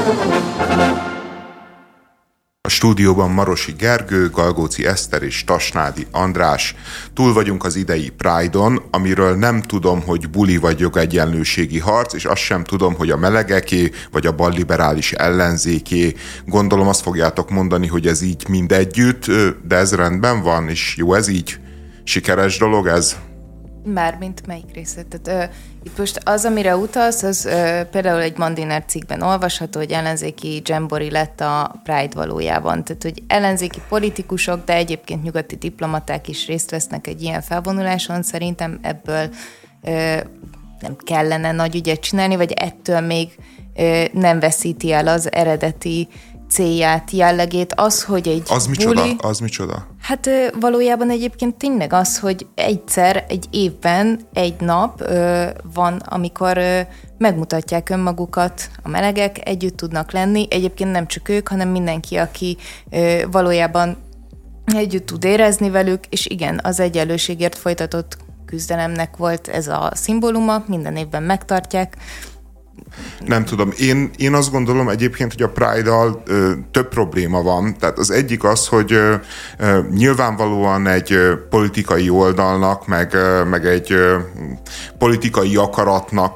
A stúdióban Marosi Gergő, Galgóci Eszter és Tasnádi András. Túl vagyunk az idei Pride-on, amiről nem tudom, hogy buli vagy jogegyenlőségi harc, és azt sem tudom, hogy a melegeké vagy a balliberális ellenzéké. Gondolom azt fogjátok mondani, hogy ez így mindegyütt, de ez rendben van, és jó ez így? Sikeres dolog ez? Mármint melyik részlet? Tehát, itt most az, amire utalsz, az például egy Mandiner cikkben olvasható, hogy ellenzéki dzsembori lett a Pride valójában. Tehát, hogy ellenzéki politikusok, de egyébként nyugati diplomaták is részt vesznek egy ilyen felvonuláson. Szerintem ebből nem kellene nagy ügyet csinálni, vagy ettől még nem veszíti el az eredeti célját, jellegét, az, hogy egy Az micsoda? Hát valójában egyébként tényleg az, hogy egyszer egy évben egy nap van, amikor megmutatják önmagukat a melegek, együtt tudnak lenni. Egyébként nem csak ők, hanem mindenki, aki valójában együtt tud érezni velük, és igen, az egyenlőségért folytatott küzdelemnek volt ez a szimbóluma, minden évben megtartják. Nem tudom, én azt gondolom egyébként, hogy a Pride-dal több probléma van. Tehát az egyik az, hogy nyilvánvalóan egy politikai oldalnak, meg egy politikai akaratnak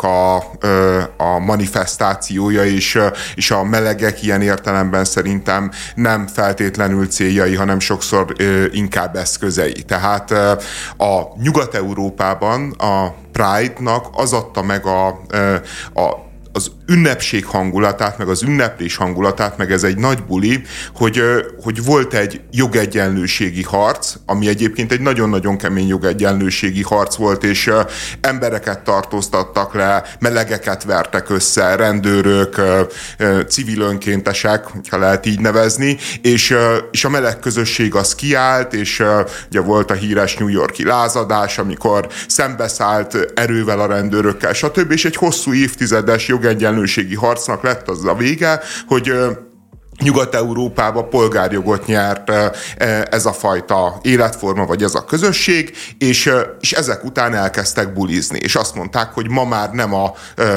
a manifestációja, és a melegek ilyen értelemben szerintem nem feltétlenül céljai, hanem sokszor inkább eszközei. Tehát a Nyugat-Európában a Pride-nak az adta meg az ünnepség hangulatát, meg az ünneplés hangulatát, meg ez egy nagy buli, hogy volt egy jogegyenlőségi harc, ami egyébként egy nagyon-nagyon kemény jogegyenlőségi harc volt, és embereket tartóztattak le, melegeket vertek össze, rendőrök, civil önkéntesek, ha lehet így nevezni, és a meleg közösség az kiállt, és ugye volt a híres New York-i lázadás, amikor szembeszállt erővel a rendőrökkel, stb. És egy hosszú évtizedes jogegyenlőségi harcnak lett az a vége, hogy Nyugat-Európában polgárjogot nyert ez a fajta életforma, vagy ez a közösség, és ezek után elkezdtek bulizni, és azt mondták, hogy ma már nem a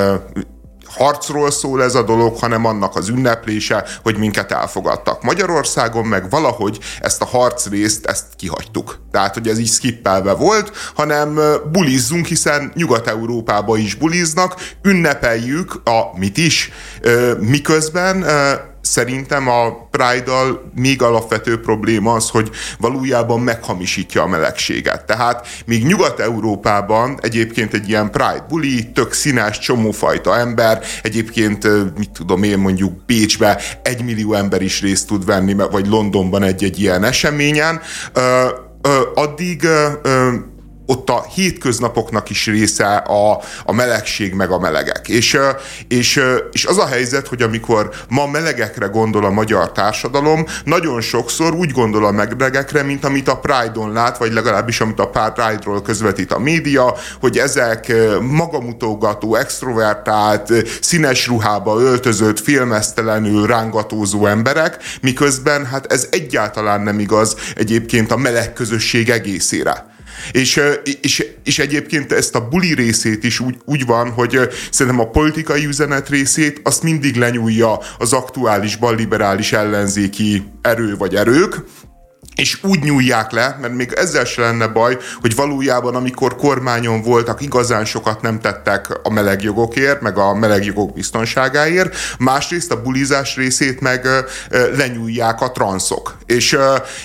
harcról szól ez a dolog, hanem annak az ünneplése, hogy minket elfogadtak. Magyarországon meg valahogy ezt a harcrészt, ezt kihagytuk. Tehát, hogy ez így skippelve volt, hanem bulizzunk, hiszen Nyugat-Európában is buliznak, ünnepeljük mit is, miközben szerintem a Pride-dal még alapvető probléma az, hogy valójában meghamisítja a melegséget. Tehát még Nyugat-Európában egyébként egy ilyen Pride buli, tök színes, csomófajta ember, egyébként mit tudom én, mondjuk Bécsbe 1 millió ember is részt tud venni, vagy Londonban egy ilyen eseményen, addig ott a hétköznapoknak is része a melegség meg a melegek. És az a helyzet, hogy amikor ma melegekre gondol a magyar társadalom, nagyon sokszor úgy gondol a melegekre, mint amit a Pride-on lát, vagy legalábbis amit a Pride-ról közvetít a média, hogy ezek magamutogató, extrovertált, színes ruhába öltözött, filmesztelenül rángatózó emberek, miközben hát ez egyáltalán nem igaz egyébként a meleg közösség egészére. És egyébként ezt a buli részét is úgy van, hogy szerintem a politikai üzenet részét azt mindig lenyúlja az aktuális balliberális ellenzéki erő vagy erők, és úgy nyúlják le, mert még ezzel se lenne baj, hogy valójában amikor kormányon voltak, igazán sokat nem tettek a melegjogokért, meg a melegjogok biztonságáért, másrészt a bulizás részét meg lenyúlják a transzok. És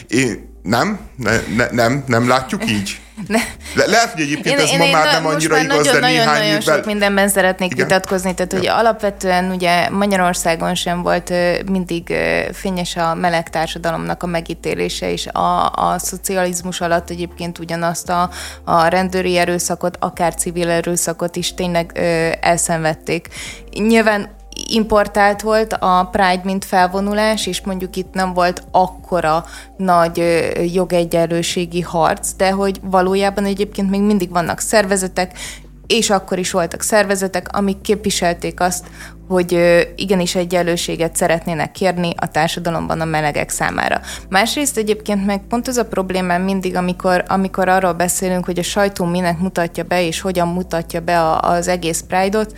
nem látjuk így? Lehet, hogy egyébként ez ma már nem annyira igaz, de néhány évvel... sok mindenben szeretnék vitatkozni, tehát hogy alapvetően ugye Magyarországon sem volt mindig fényes a meleg társadalomnak a megítélése, és a szocializmus alatt egyébként ugyanazt a rendőri erőszakot, akár civil erőszakot is tényleg elszenvedték. Nyilván importált volt a Pride, mint felvonulás, és mondjuk itt nem volt akkora nagy jogegyenlőségi harc, de hogy valójában egyébként még mindig vannak szervezetek, és akkor is voltak szervezetek, amik képviselték azt, hogy igenis egyenlőséget szeretnének kérni a társadalomban a melegek számára. Másrészt egyébként meg pont az a problémám mindig, amikor arról beszélünk, hogy a sajtó minek mutatja be, és hogyan mutatja be az egész Pride-ot.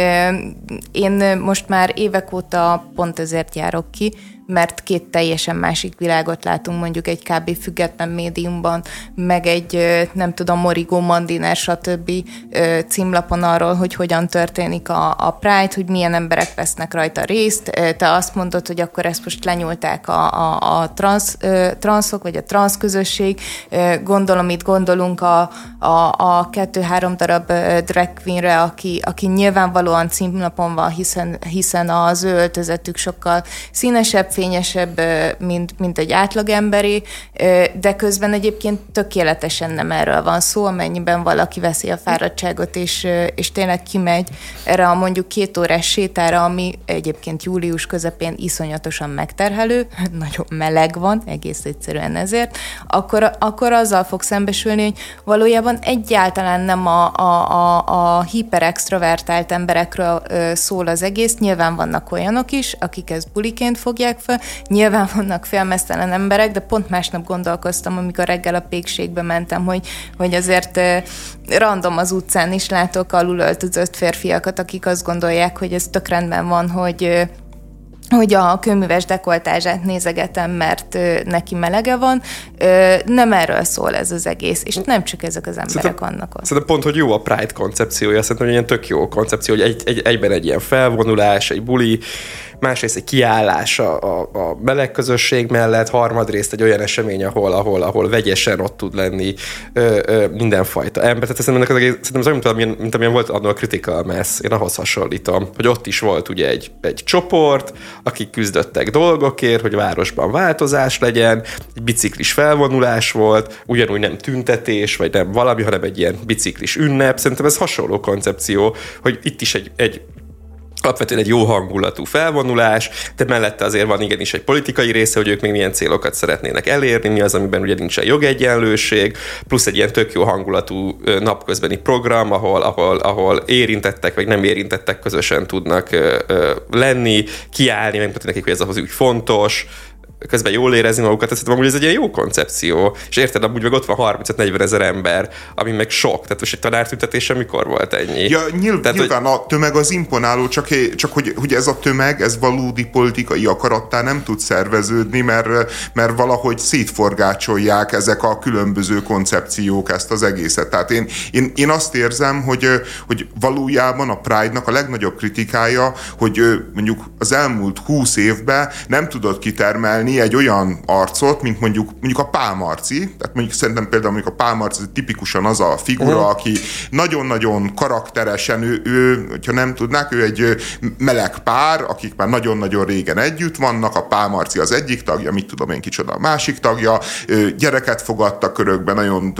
Én most már évek óta pont ezért járok ki, mert két teljesen másik világot látunk mondjuk egy kb. Független médiumban, meg egy, nem tudom, Morigó, Mandiner, stb. Címlapon arról, hogy hogyan történik a Pride, hogy milyen emberek vesznek rajta részt. Te azt mondod, hogy akkor ezt most lenyúlták a transzok, vagy a transz közösség. Gondolom, itt gondolunk a 2-3 darab drag queenre, aki nyilvánvalóan címlapon van, hiszen az ő öltözetük sokkal színesebb, fényesebb, mint egy átlagemberé, de közben egyébként tökéletesen nem erről van szó, amennyiben valaki veszi a fáradtságot, és tényleg kimegy erre a mondjuk 2 órás sétára, ami egyébként július közepén iszonyatosan megterhelő, nagyon meleg van, egész egyszerűen ezért, akkor azzal fog szembesülni, hogy valójában egyáltalán nem a hiperextrovertált emberekről szól az egész, nyilván vannak olyanok is, akik ezt buliként fogják fel, nyilván vannak félmeztelen emberek, de pont másnap gondolkoztam, amikor reggel a pékségbe mentem, hogy azért random az utcán is látok alulöltözött férfiakat, akik azt gondolják, hogy ez tök rendben van, hogy a kőműves dekoltázsát nézegetem, mert neki melege van. Nem erről szól ez az egész, és nem csak ezek az emberek vannak ott. Szerintem pont, hogy jó a Pride koncepciója, szerintem, hogy ilyen tök jó koncepció, hogy egyben egy ilyen felvonulás, egy buli, másrészt egy kiállás a meleg közösség mellett, harmadrészt egy olyan esemény, ahol vegyesen ott tud lenni mindenfajta ember. Tehát szerintem az olyan, mint amilyen volt annól a Critical Mass, én ahhoz hasonlítom, hogy ott is volt ugye egy csoport, akik küzdöttek dolgokért, hogy városban változás legyen, egy biciklis felvonulás volt, ugyanúgy nem tüntetés, vagy nem valami, hanem egy ilyen biciklis ünnep. Szerintem ez hasonló koncepció, hogy itt is egy alapvetően egy jó hangulatú felvonulás, de mellette azért van igenis egy politikai része, hogy ők még milyen célokat szeretnének elérni, mi az, amiben ugye nincsen jogegyenlőség, plusz egy ilyen tök jó hangulatú napközbeni program, ahol érintettek, vagy nem érintettek közösen tudnak lenni, kiállni, megmutatni nekik, hogy ez ahhoz úgy fontos, közben jól érezni magukat, azt hiszem, hogy ez egy ilyen jó koncepció. És érted, amúgy meg ott van 35-40 ezer ember, ami meg sok. Tehát most egy tanártüntetése mikor volt ennyi? Ja, nyilván a tömeg az imponáló, csak hogy ez a tömeg, ez valódi politikai akarattá nem tud szerveződni, mert valahogy szétforgácsolják ezek a különböző koncepciók ezt az egészet. Tehát én azt érzem, hogy valójában a Pride-nak a legnagyobb kritikája, hogy mondjuk az elmúlt 20 évben nem tudott kitermelni egy olyan arcot, mint mondjuk a Pál Marci. Tehát mondjuk szerintem például mondjuk a Pál Marci tipikusan az a figura, aki nagyon-nagyon karakteresen, ő, hogyha nem tudnák, ő egy meleg pár, akik már nagyon-nagyon régen együtt vannak, a Pál Marci az egyik tagja, mit tudom én kicsoda a másik tagja, gyereket fogadtak körökben,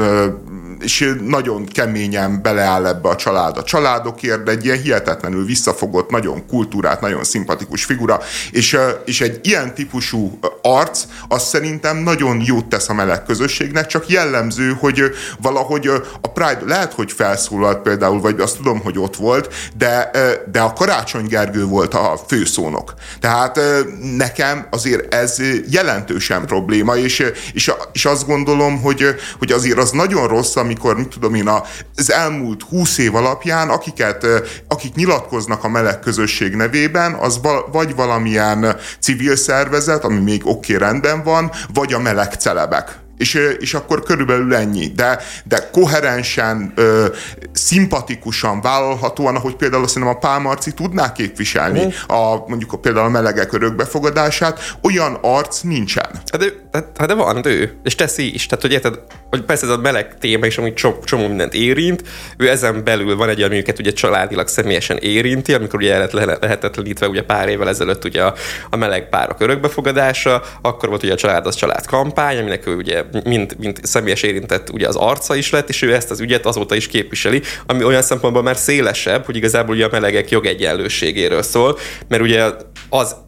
és nagyon keményen beleáll ebbe a családokért, de egy ilyen hihetetlenül visszafogott, nagyon kultúrát, nagyon szimpatikus figura, és egy ilyen típusú arc, az szerintem nagyon jót tesz a meleg közösségnek, csak jellemző, hogy valahogy a Pride lehet, hogy felszólalt például, vagy azt tudom, hogy ott volt, de a Karácsony Gergő volt a főszónok. Tehát nekem azért ez jelentősen probléma, és azt gondolom, hogy azért az nagyon rossz, amikor, mit tudom én, az elmúlt 20 év alapján, akik nyilatkoznak a meleg közösség nevében, az vagy valamilyen civil szervezet, ami még oké, rendben van, vagy a meleg celebek. És akkor körülbelül ennyi. De koherensen, szimpatikusan, vállalhatóan, ahogy például szerintem a Pál Marci tudná képviselni mondjuk például a melegek örökbefogadását, olyan arc nincsen. De van ő, és teszi is. Tehát, hogy érted, hogy persze ez a meleg téma is, ami csomó mindent érint, ő ezen belül van egy, amiket ugye családilag személyesen érinti, amikor ugye lehetetlenítve ugye pár évvel ezelőtt ugye a meleg párok örökbefogadása, akkor volt ugye a Család az család kampány, aminek ő ugye mint személyes érintett ugye az arca is lett, és ő ezt az ügyet azóta is képviseli, ami olyan szempontból már szélesebb, hogy igazából ugye a melegek jogegyenlőségéről szól, mert ugye az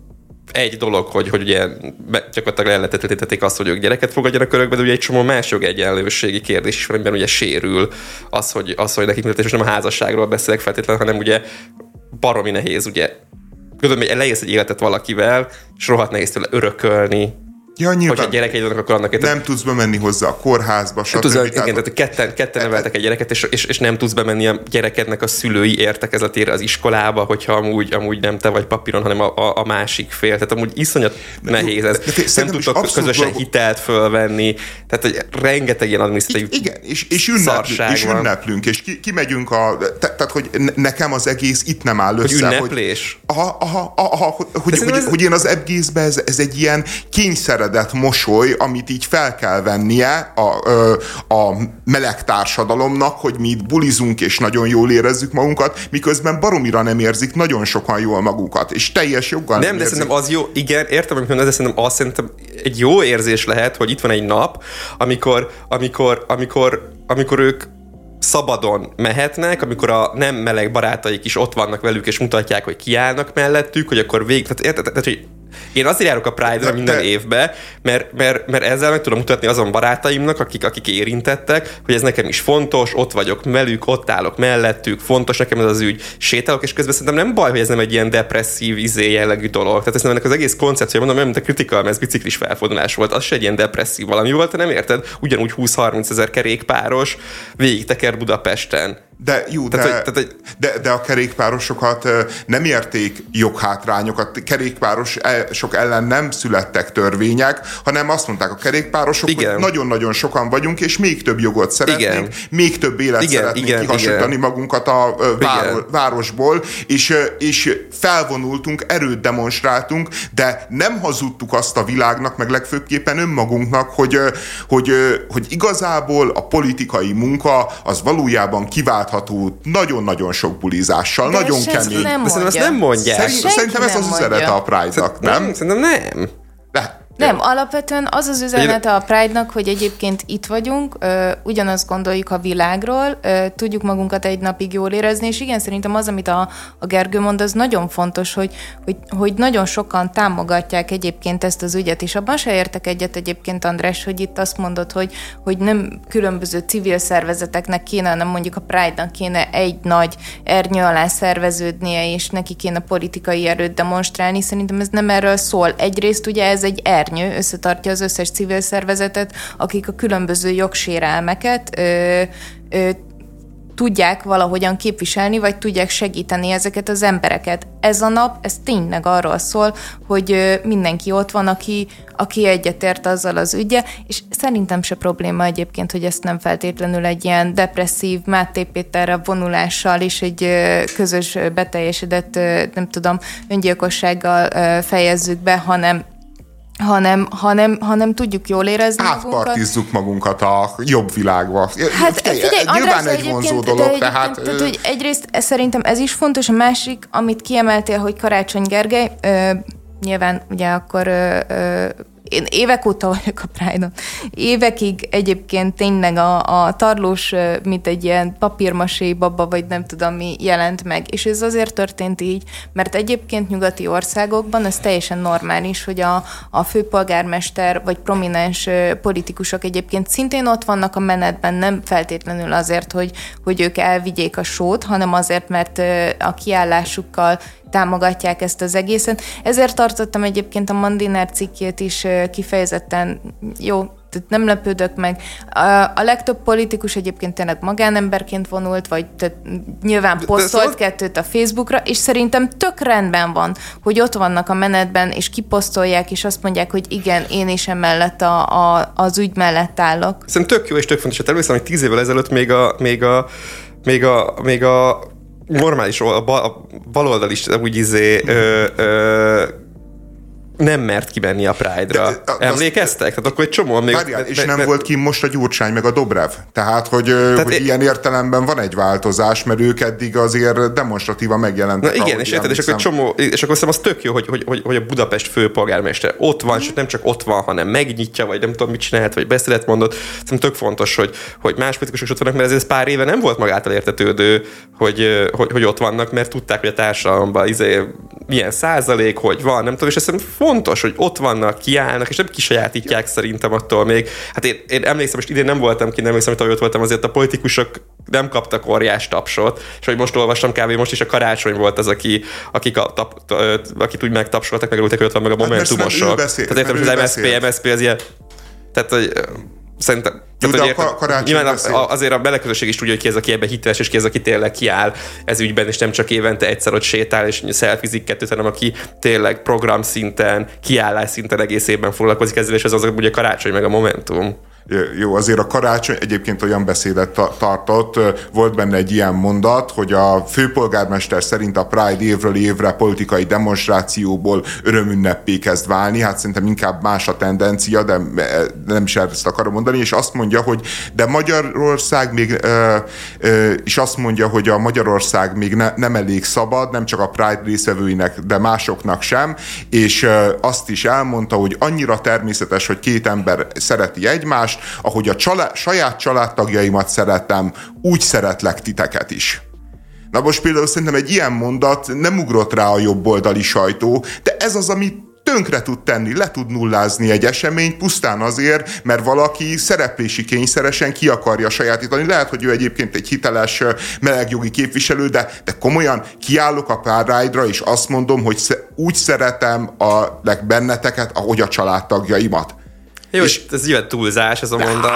egy dolog, hogy ugye gyakorlatilag lehetetlenítették azt, hogy ők gyereket fogadjanak örökbe, de ugye egy csomó más jogegyenlőségi kérdés is van, amiben ugye sérül az, hogy nekik mindegy, és nem a házasságról beszélek feltétlenül, hanem ugye baromi nehéz, ugye gondolom, hogy leélsz egy életet valakivel, és rohadt nehéz tőle örökölni. Ja, nyilván. Hogyha gyerekeid vannak, akkor annak... Nem tudsz bemenni hozzá a kórházba, stb. Igen, tehát ketten neveltek egy gyereket, és nem tudsz bemenni a gyerekednek a szülői értekezletére az iskolába, hogyha amúgy nem te vagy papíron, hanem a másik fél. Tehát amúgy iszonyat nehéz ez. Nem tudtok közösen hitelt fölvenni. Tehát, hogy rengeteg ilyen adminisztratív és ünneplünk, és kimegyünk tehát, hogy nekem az egész itt nem áll össze. Hogy ünneplés? Hogy én az egészben ez egy ilyen kényszeredett mosoly, amit így fel kell vennie a meleg társadalomnak, hogy mi itt bulizunk és nagyon jól érezzük magunkat, miközben baromira nem érzik nagyon sokan jól magukat, és teljes joggal nem de szerintem az jó, igen, értem, amit mondasz, de szerintem egy jó érzés lehet, hogy itt van egy nap, amikor ők szabadon mehetnek, amikor a nem meleg barátaik is ott vannak velük, és mutatják, hogy kiállnak mellettük, hogy akkor tehát hogy én azért járok a Pride-ra minden évbe, mert ezzel meg tudom mutatni azon barátaimnak, akik érintettek, hogy ez nekem is fontos, ott vagyok velük, ott állok mellettük, fontos nekem ez az ügy, sétálok, és közben szerintem nem baj, hogy ez nem egy ilyen depresszív jellegű dolog. Tehát ez nem ennek az egész koncepció, mondom, mint a kritika, mert ez biciklis felfordulás volt, az se egy ilyen depresszív valami volt, te nem érted? Ugyanúgy 20-30 ezer kerékpáros végig teker Budapesten. De jó, de a kerékpárosokat nem érték joghátrányokat. Kerékpárosok ellen nem születtek törvények, hanem azt mondták a kerékpárosok, igen, hogy nagyon-nagyon sokan vagyunk, és még több jogot szeretnénk, igen, még több élet szeretnénk kihasonlítani magunkat a városból, és felvonultunk, erőt demonstráltunk, de nem hazudtuk azt a világnak, meg legfőbbképpen önmagunknak, hogy igazából a politikai munka az valójában kivált nagyon-nagyon sok bulizással, de nagyon kemény. Szerintem ezt nem mondják. Szerintem ez az üzenete a Pride-nak, nem? Szerintem nem. Nem, alapvetően az az üzenete a Pride-nak, hogy egyébként itt vagyunk, ugyanazt gondoljuk a világról, tudjuk magunkat egy napig jól érezni, és igen, szerintem az, amit a Gergő mond, az nagyon fontos, hogy nagyon sokan támogatják egyébként ezt az ügyet, és abban se értek egyet egyébként, András, hogy itt azt mondod, hogy nem különböző civil szervezeteknek kéne, hanem mondjuk a Pride-nak kéne egy nagy ernyő alá szerveződnie, és neki kéne politikai erőt demonstrálni. Szerintem ez nem erről szól. Egyrészt ugye ez egy összetartja az összes civil szervezetet, akik a különböző jogsérelmeket tudják valahogyan képviselni, vagy tudják segíteni ezeket az embereket. Ez a nap, ez tényleg arról szól, hogy mindenki ott van, aki egyetért azzal az ügye, és szerintem se probléma egyébként, hogy ezt nem feltétlenül egy ilyen depresszív, Máté Péterre vonulással és egy közös beteljesedett, nem tudom, öngyilkossággal fejezzük be, hanem tudjuk jól érezni magunkat. Átpartizzuk magunkat a jobb világba. Hát figyelj, nyilván egy vonzó dolog, tehát hogy egyrészt szerintem ez is fontos, a másik, amit kiemeltél, hogy Karácsony Gergely, nyilván ugye akkor én évek óta vagyok a Pride-on. Évekig egyébként tényleg a Tarlós, mint egy ilyen papírmasé baba, vagy nem tudom mi jelent meg. És ez azért történt így, mert egyébként nyugati országokban ez teljesen normális, hogy a főpolgármester vagy prominens politikusok egyébként szintén ott vannak a menetben, nem feltétlenül azért, hogy ők elvigyék a sót, hanem azért, mert a kiállásukkal támogatják ezt az egészet. Ezért tartottam egyébként a Mandiner cikkét is kifejezetten jó, tehát nem lepődök meg. A legtöbb politikus egyébként tényleg magánemberként vonult, vagy nyilván posztolt kettőt a Facebookra, és szerintem tök rendben van, hogy ott vannak a menetben, és kiposztolják, és azt mondják, hogy igen, én is emellett az ügy mellett állok. Szerintem tök jó és tök fontos, hogy emlékszem, hogy 10 évvel ezelőtt még a normális, a baloldal is úgy nem mert kimenni a Pride-ra. Emlékeztek? Tehát akkor egy csomó... És nem volt ki most a Gyurcsány meg a Dobrev. Tehát, hogy ilyen értelemben van egy változás, mert ők eddig azért demonstratívan megjelentek. Na igen, és érted, és akkor egy csomó, és akkor szerintem az tök jó, hogy a Budapest főpolgármester ott van, és nem csak ott van, hanem megnyitja, vagy nem tudom, mit csinálhat, vagy beszélet mondott. Szerintem tök fontos, hogy más politikusok ott vannak, mert ez pár éve nem volt magától értetődő, hogy ott vannak, mert tudták, hogy a társadalomban milyen százalék, hogy van, nem tudom, és ez fontos, hogy ott vannak, kiállnak, és nem kisajátítják szerintem attól még. Hát én emlékszem, most idén nem voltam ki, nem emlékszem, hogy ott voltam, azért a politikusok nem kaptak óriás tapsot, és hogy most olvastam kb. Most is a Karácsony volt az, akit úgy megtapsoltak, megörültek, hogy ott van meg a Momentumosok. Tehát értem, hogy az MSZP az ilyen... Tehát, hogy szerintem... Nyilván azért a beleközösség is tudja, hogy ki ez, aki ebben hiteles, és ki ez, aki tényleg kiáll ez ügyben, és nem csak évente egyszer ott sétál, és szelfizik kettőt, hanem aki tényleg program szinten, kiállás szinten egész évben foglalkozik ezzel, és az ugye a Karácsony meg a Momentum. Jó, azért a Karácsony egyébként olyan beszédet tartott, volt benne egy ilyen mondat, hogy a főpolgármester szerint a Pride évről évre politikai demonstrációból örömünneppé kezd válni, hát szerintem inkább más a tendencia, de nem is ezt akarom mondani, és azt mondja, hogy de Magyarország még, és azt mondja, hogy a Magyarország még nem elég szabad, nem csak a Pride részvevőinek, de másoknak sem, és azt is elmondta, hogy annyira természetes, hogy két ember szereti egymást, ahogy a saját családtagjaimat szeretem, úgy szeretlek titeket is. Na most például szerintem egy ilyen mondat nem ugrott rá a jobboldali sajtó, de ez az, ami tönkre tud tenni, le tud nullázni egy eseményt pusztán azért, mert valaki szereplési kényszeresen ki akarja sajátítani. Lehet, hogy ő egyébként egy hiteles melegjogi képviselő, de komolyan kiállok a Pride-ra, és azt mondom, hogy úgy szeretem benneteket, ahogy a családtagjaimat. Jó, és ez nyilván túlzás, ez a mondat.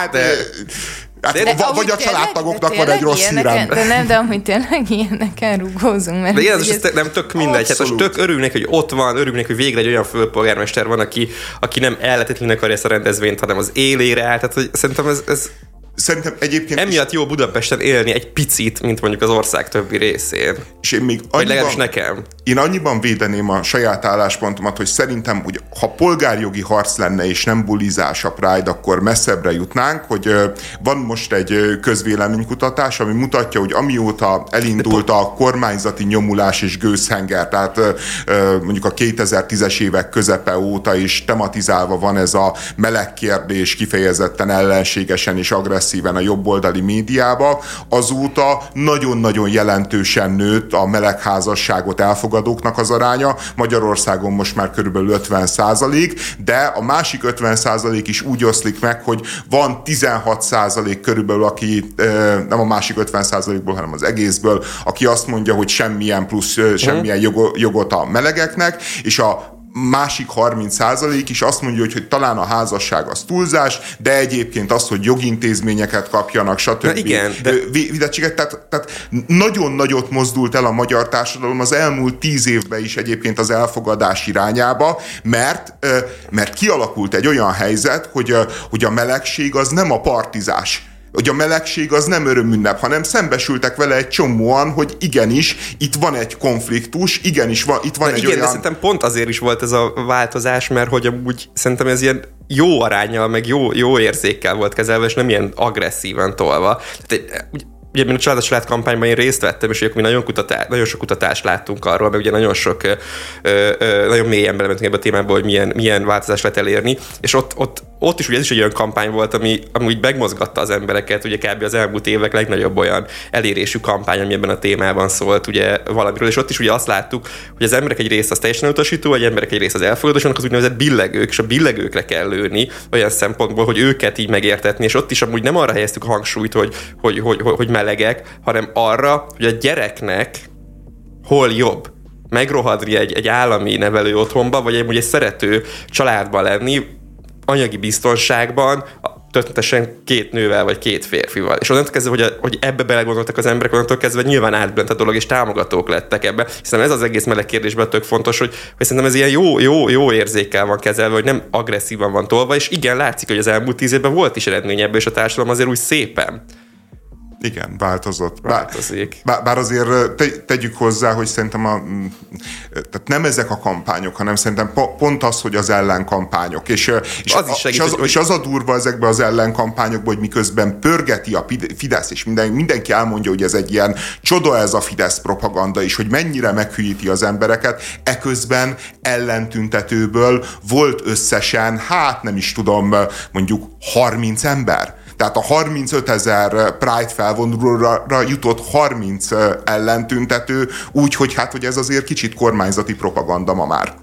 Vagy a családtagoknak van egy rossz hírem. De amúgy tényleg ilyeneken rugózunk. Mert de ilyen, nem tök mindegy. Hát most tök örülnék, hogy ott van, örülnék, hogy végre egy olyan főpolgármester van, aki nem elletetlenül akarja ezt a rendezvényt, hanem az élére áll. Tehát hogy szerintem ez Szerintem egyébként... Emiatt jó Budapesten élni egy picit, mint mondjuk az ország többi részén. És én még annyiban védeném a saját álláspontomat, hogy szerintem, hogy ha polgárjogi harc lenne és nem bulizás a Pride, akkor messzebbre jutnánk, hogy van most egy közvéleménykutatás, ami mutatja, hogy amióta elindult a kormányzati nyomulás és gőzhenger, tehát mondjuk a 2010-es évek közepe óta is tematizálva van ez a meleg kérdés kifejezetten ellenségesen és agresszíven a jobboldali médiába, azóta nagyon-nagyon jelentősen nőtt a melegházasságot elfogadóknak az aránya. Magyarországon most már körülbelül 50%, de a másik 50% is úgy oszlik meg, hogy van 16% körülbelül, aki nem a másik 50%-ból, hanem az egészből, aki azt mondja, hogy semmilyen plusz, semmilyen jogot a melegeknek, és a másik 30% is azt mondja, hogy talán a házasság az túlzás, de egyébként az, hogy jogintézményeket kapjanak, stb. Igen, tehát nagyon nagyot mozdult el a magyar társadalom az elmúlt 10 évben is egyébként az elfogadás irányába, mert kialakult egy olyan helyzet, hogy a melegség az nem a partizás, hogy a melegség az nem örömünnep, hanem szembesültek vele egy csomóan, hogy igenis, itt van egy konfliktus, igenis, itt van egy olyan... de szerintem pont azért is volt ez a változás, mert hogy amúgy szerintem ez ilyen jó aránnyal, meg jó érzékkel volt kezelve, és nem ilyen agresszíven tolva. Tehát, ugye a Család kampányban én részt vettem, és ugye mi nagyon sok kutatást láttunk arról, meg ugye nagyon mélyen belementünk ebbe a témába, hogy milyen változást lehet elérni, és ott is ugye ez is egy olyan kampány volt, ami úgy megmozgatta az embereket, ugye kb. Az elmúlt évek legnagyobb olyan elérésű kampány, ami ebben a témában szólt ugye valamiről, és ott is ugye azt láttuk, hogy az emberek egy része az teljesen utasító, egy emberek egy része az elfogadó, és az úgynevezett billegők, és a billegőkre kell lőni olyan szempontból, hogy őket így megértetni, és ott is amúgy nem arra helyeztük a hangsúlyt, hogy melegek, hanem arra, hogy a gyereknek hol jobb megrohadni egy állami nevelő otthonba, vagy egy szerető családban lenni, anyagi biztonságban, történetesen 2 nővel, vagy 2 férfival. És onnantól kezdve, hogy ebbe belegondoltak az emberek, onnantól kezdve nyilván átbent a dolog, és támogatók lettek ebbe. Hiszen ez az egész meleg kérdésben tök fontos, hogy szerintem ez ilyen jó érzékkel van kezelve, hogy nem agresszívan van tolva, és igen, látszik, hogy az elmúlt 10 évben volt is eredmény ebbe, és a társadalom azért úgy szépen. Igen, változott. Változik. Bár azért tegyük hozzá, hogy szerintem tehát nem ezek a kampányok, hanem szerintem pont az, hogy az ellenkampányok. És az a durva ezekben az ellenkampányokban, hogy miközben pörgeti a Fidesz, és mindenki elmondja, hogy ez egy ilyen csoda ez a Fidesz propaganda, és hogy mennyire meghűíti az embereket, eközben ellentüntetőből volt összesen, nem is tudom, mondjuk 30 ember. Tehát a 35 000 Pride felvonulóra jutott 30 ellentüntető, úgyhogy hát, hogy ez azért kicsit kormányzati propaganda ma már.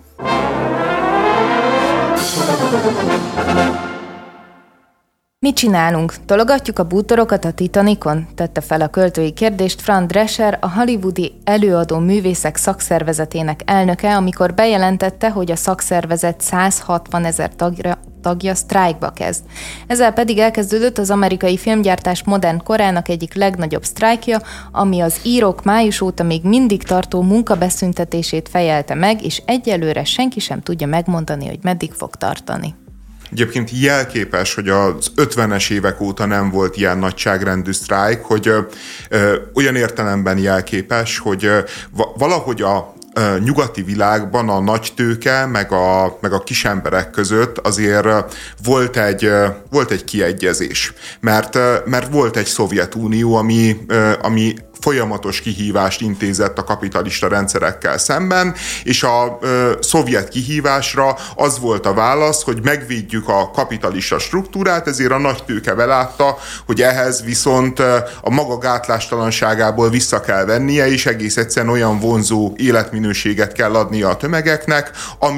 Mit csinálunk? Tologatjuk a bútorokat a Titanicon? Tette fel a költői kérdést Fran Drescher, a hollywoodi előadó művészek szakszervezetének elnöke, amikor bejelentette, hogy a szakszervezet 160 000 tagja sztrájkba kezd. Ezzel pedig elkezdődött az amerikai filmgyártás modern korának egyik legnagyobb sztrájkja, ami az írók május óta még mindig tartó munkabeszüntetését fejelte meg, és egyelőre senki sem tudja megmondani, hogy meddig fog tartani. Egyébként jelképes, hogy az 50-es évek óta nem volt ilyen nagyságrendű sztrájk, hogy olyan értelemben jelképes, hogy valahogy a nyugati világban a nagytőke meg a kisemberek között azért volt egy kiegyezés. Mert volt egy Szovjetunió, ami folyamatos kihívást intézett a kapitalista rendszerekkel szemben, és a szovjet kihívásra az volt a válasz, hogy megvédjük a kapitalista struktúrát, ezért a nagytőke belátta, hogy ehhez viszont a maga gátlástalanságából vissza kell vennie, és egész egyszerűen olyan vonzó életminőséget kell adnia a tömegeknek,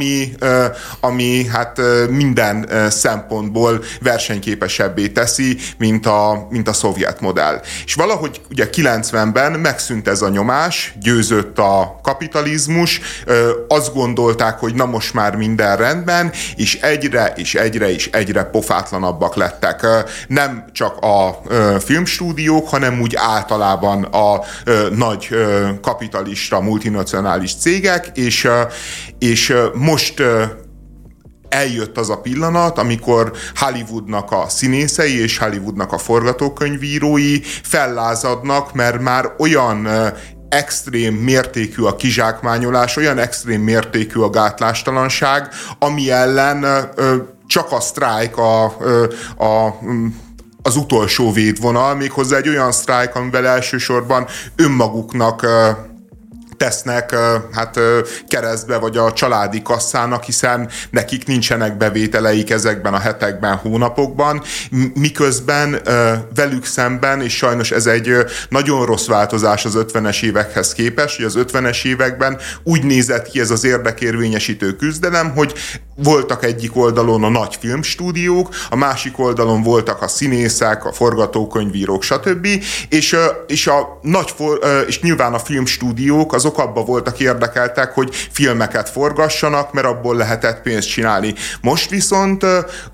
ami hát minden szempontból versenyképesebbé teszi, mint a szovjet modell. És valahogy ugye 90-ben megszűnt ez a nyomás, győzött a kapitalizmus, azt gondolták, hogy na most már minden rendben, és egyre pofátlanabbak lettek. Nem csak a filmstúdiók, hanem úgy általában a nagy kapitalista, multinacionális cégek, és most eljött az a pillanat, amikor Hollywoodnak a színészei és Hollywoodnak a forgatókönyvírói fellázadnak, mert már olyan extrém mértékű a kizsákmányolás, olyan extrém mértékű a gátlástalanság, ami ellen csak a sztrájk az utolsó védvonal, méghozzá egy olyan sztrájk, amivel elsősorban önmaguknak tesznek keresztbe, vagy a családi kasszának, hiszen nekik nincsenek bevételeik ezekben a hetekben, hónapokban, miközben velük szemben, és sajnos ez egy nagyon rossz változás az 50-es évekhez képest, hogy az 50-es években úgy nézett ki ez az érdekérvényesítő küzdelem, hogy voltak egyik oldalon a nagy filmstúdiók, a másik oldalon voltak a színészek, a forgatókönyvírók, stb. És nyilván a filmstúdiók azok abban voltak érdekeltek, hogy filmeket forgassanak, mert abból lehetett pénzt csinálni. Most viszont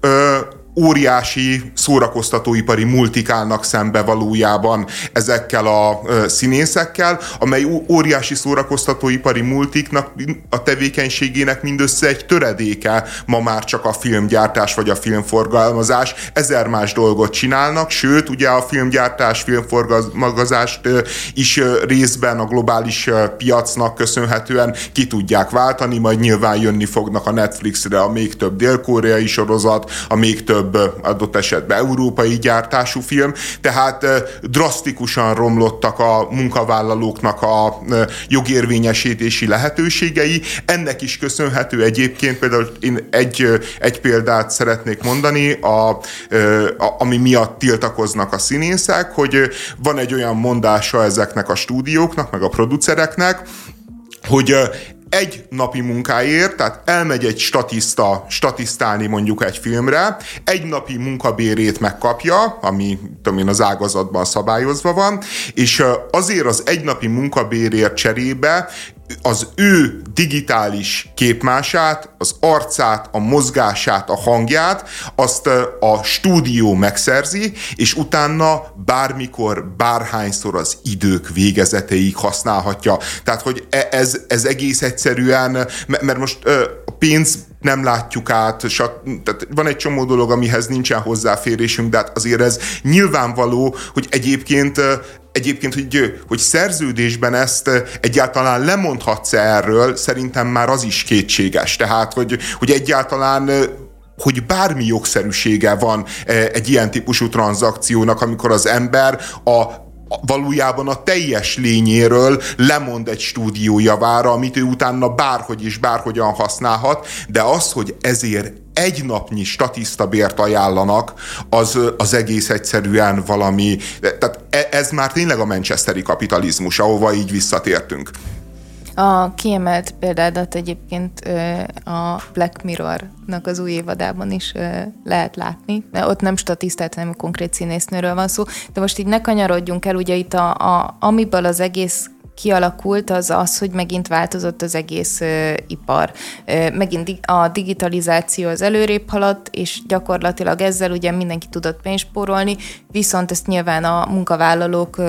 óriási szórakoztatóipari multik állnak szembe valójában ezekkel a színészekkel, amely óriási szórakoztatóipari multiknak a tevékenységének mindössze egy töredéke ma már csak a filmgyártás vagy a filmforgalmazás. 1000 más dolgot csinálnak, sőt, ugye a filmgyártás, filmforgalmazást is részben a globális piacnak köszönhetően ki tudják váltani, majd nyilván jönni fognak a Netflixre a még több dél-koreai sorozat, a még több adott esetben európai gyártású film, tehát drasztikusan romlottak a munkavállalóknak a jogérvényesítési lehetőségei. Ennek is köszönhető egyébként, például én egy példát szeretnék mondani, ami miatt tiltakoznak a színészek, hogy van egy olyan mondása ezeknek a stúdióknak, meg a producereknek, hogy egy napi munkáért, tehát elmegy egy statisztálni mondjuk egy filmre, egy napi munkabérét megkapja, ami az ágazatban szabályozva van, és azért az egy napi munkabérért cserébe az ő digitális képmását, az arcát, a mozgását, a hangját, azt a stúdió megszerzi, és utána bármikor, bárhányszor az idők végezetéig használhatja. Tehát, hogy ez egész egyszerűen, mert most a pénz nem látjuk át, tehát van egy csomó dolog, amihez nincsen hozzáférésünk, de hát azért ez nyilvánvaló, hogy egyébként, hogy szerződésben ezt egyáltalán lemondhatsz erről, szerintem már az is kétséges. Tehát, hogy egyáltalán hogy bármi jogszerűsége van egy ilyen típusú tranzakciónak, amikor az ember valójában a teljes lényéről lemond egy stúdió javára, amit ő utána bárhogy és bárhogyan használhat, de az, hogy ezért egy napnyi statisztabért ajánlanak, az egész egyszerűen valami, tehát ez már tényleg a manchesteri kapitalizmus, ahova így visszatértünk. A kiemelt példádat egyébként a Black Mirror-nak az új évadában is lehet látni. Ott nem statisztát, hanem konkrét színésznőről van szó. De most így ne kanyarodjunk el, ugye itt amiből az egész kialakult, az, hogy megint változott az egész ipar. Megint a digitalizáció az előrébb haladt, és gyakorlatilag ezzel ugye mindenki tudott pénzt spórolni, viszont ezt nyilván a munkavállalók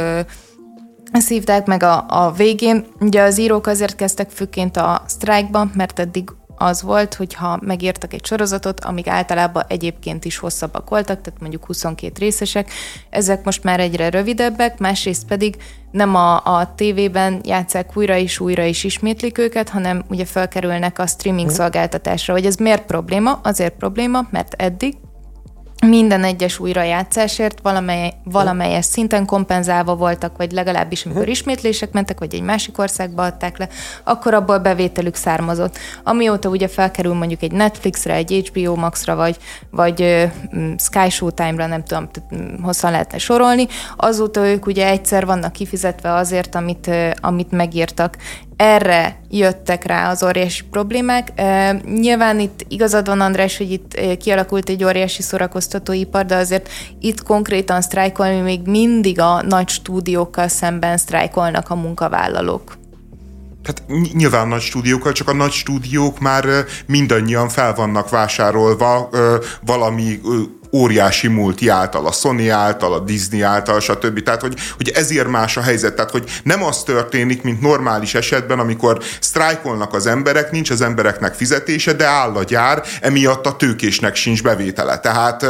szívták meg a végén. Ugye az írók azért kezdtek főként a sztrájkban, mert eddig az volt, hogyha megírtak egy sorozatot, amik általában egyébként is hosszabbak voltak, tehát mondjuk 22 részesek, ezek most már egyre rövidebbek, másrészt pedig nem a tévében játsszák újra és ismétlik őket, hanem ugye felkerülnek a streaming szolgáltatásra. Hogy ez miért probléma? Azért probléma, mert eddig minden egyes újrajátszásért valamelyes szinten kompenzálva voltak, vagy legalábbis amikor ismétlések mentek, vagy egy másik országba adták le, akkor abból bevételük származott. Amióta ugye felkerül mondjuk egy Netflixre, egy HBO Maxra, vagy Sky Showtime-ra, nem tudom, hosszan lehetne sorolni, azóta ők ugye egyszer vannak kifizetve azért, amit megírtak. Erre jöttek rá az óriási problémák. Nyilván itt igazad van, András, hogy itt kialakult egy óriási szórakoztatóipar, de azért itt konkrétan sztrájkolni még mindig a nagy stúdiókkal szemben sztrájkolnak a munkavállalók. Hát nyilván nagy stúdiókkal, csak a nagy stúdiók már mindannyian fel vannak vásárolva valami óriási multi által, a Sony által, a Disney által, stb. Tehát, hogy ezért más a helyzet. Tehát, hogy nem az történik, mint normális esetben, amikor sztrájkolnak az emberek, nincs az embereknek fizetése, de áll a gyár, emiatt a tőkésnek sincs bevétele. Tehát,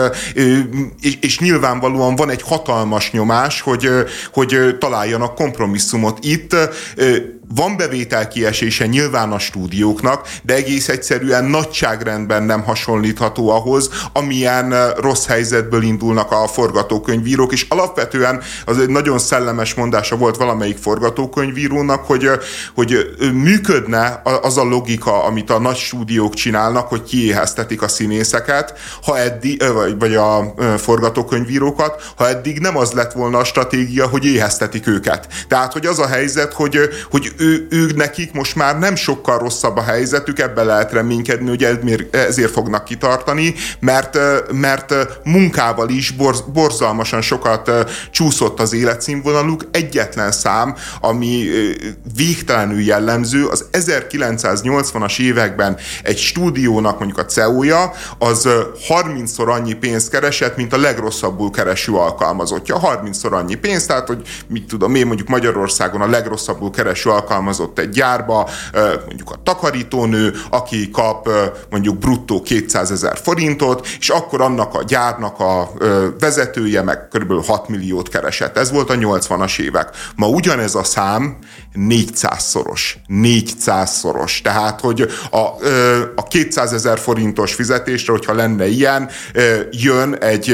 és nyilvánvalóan van egy hatalmas nyomás, hogy találjanak kompromisszumot. Itt van bevételkiesése nyilván a stúdióknak, de egész egyszerűen nagyságrendben nem hasonlítható ahhoz, amilyen rossz helyzetből indulnak a forgatókönyvírók, és alapvetően az egy nagyon szellemes mondása volt valamelyik forgatókönyvírónak, hogy működne az a logika, amit a nagy stúdiók csinálnak, hogy kiéheztetik a színészeket, vagy a forgatókönyvírókat, ha eddig nem az lett volna a stratégia, hogy éheztetik őket. Tehát, hogy az a helyzet, hogy ők nekik most már nem sokkal rosszabb a helyzetük, ebbe lehet reménykedni, hogy ezért fognak kitartani, mert munkával is borzalmasan sokat csúszott az életszínvonaluk. Egyetlen szám, ami végtelenül jellemző, az 1980-as években egy stúdiónak mondjuk a CEO-ja, az 30-szor annyi pénzt keresett, mint a legrosszabbul kereső alkalmazottja. 30-szor annyi pénzt, tehát, hogy mit tudom én, mondjuk Magyarországon a legrosszabbul kereső alkalmazott egy gyárba, mondjuk a takarítónő, aki kap mondjuk bruttó 200 000 forintot, és akkor annak a gyárnak a vezetője meg kb. 6 milliót keresett. Ez volt a 80-as évek. Ma ugyanez a szám 400-szoros. 400-szoros. Tehát, hogy a 200 000 forintos fizetésre, hogyha lenne ilyen, jön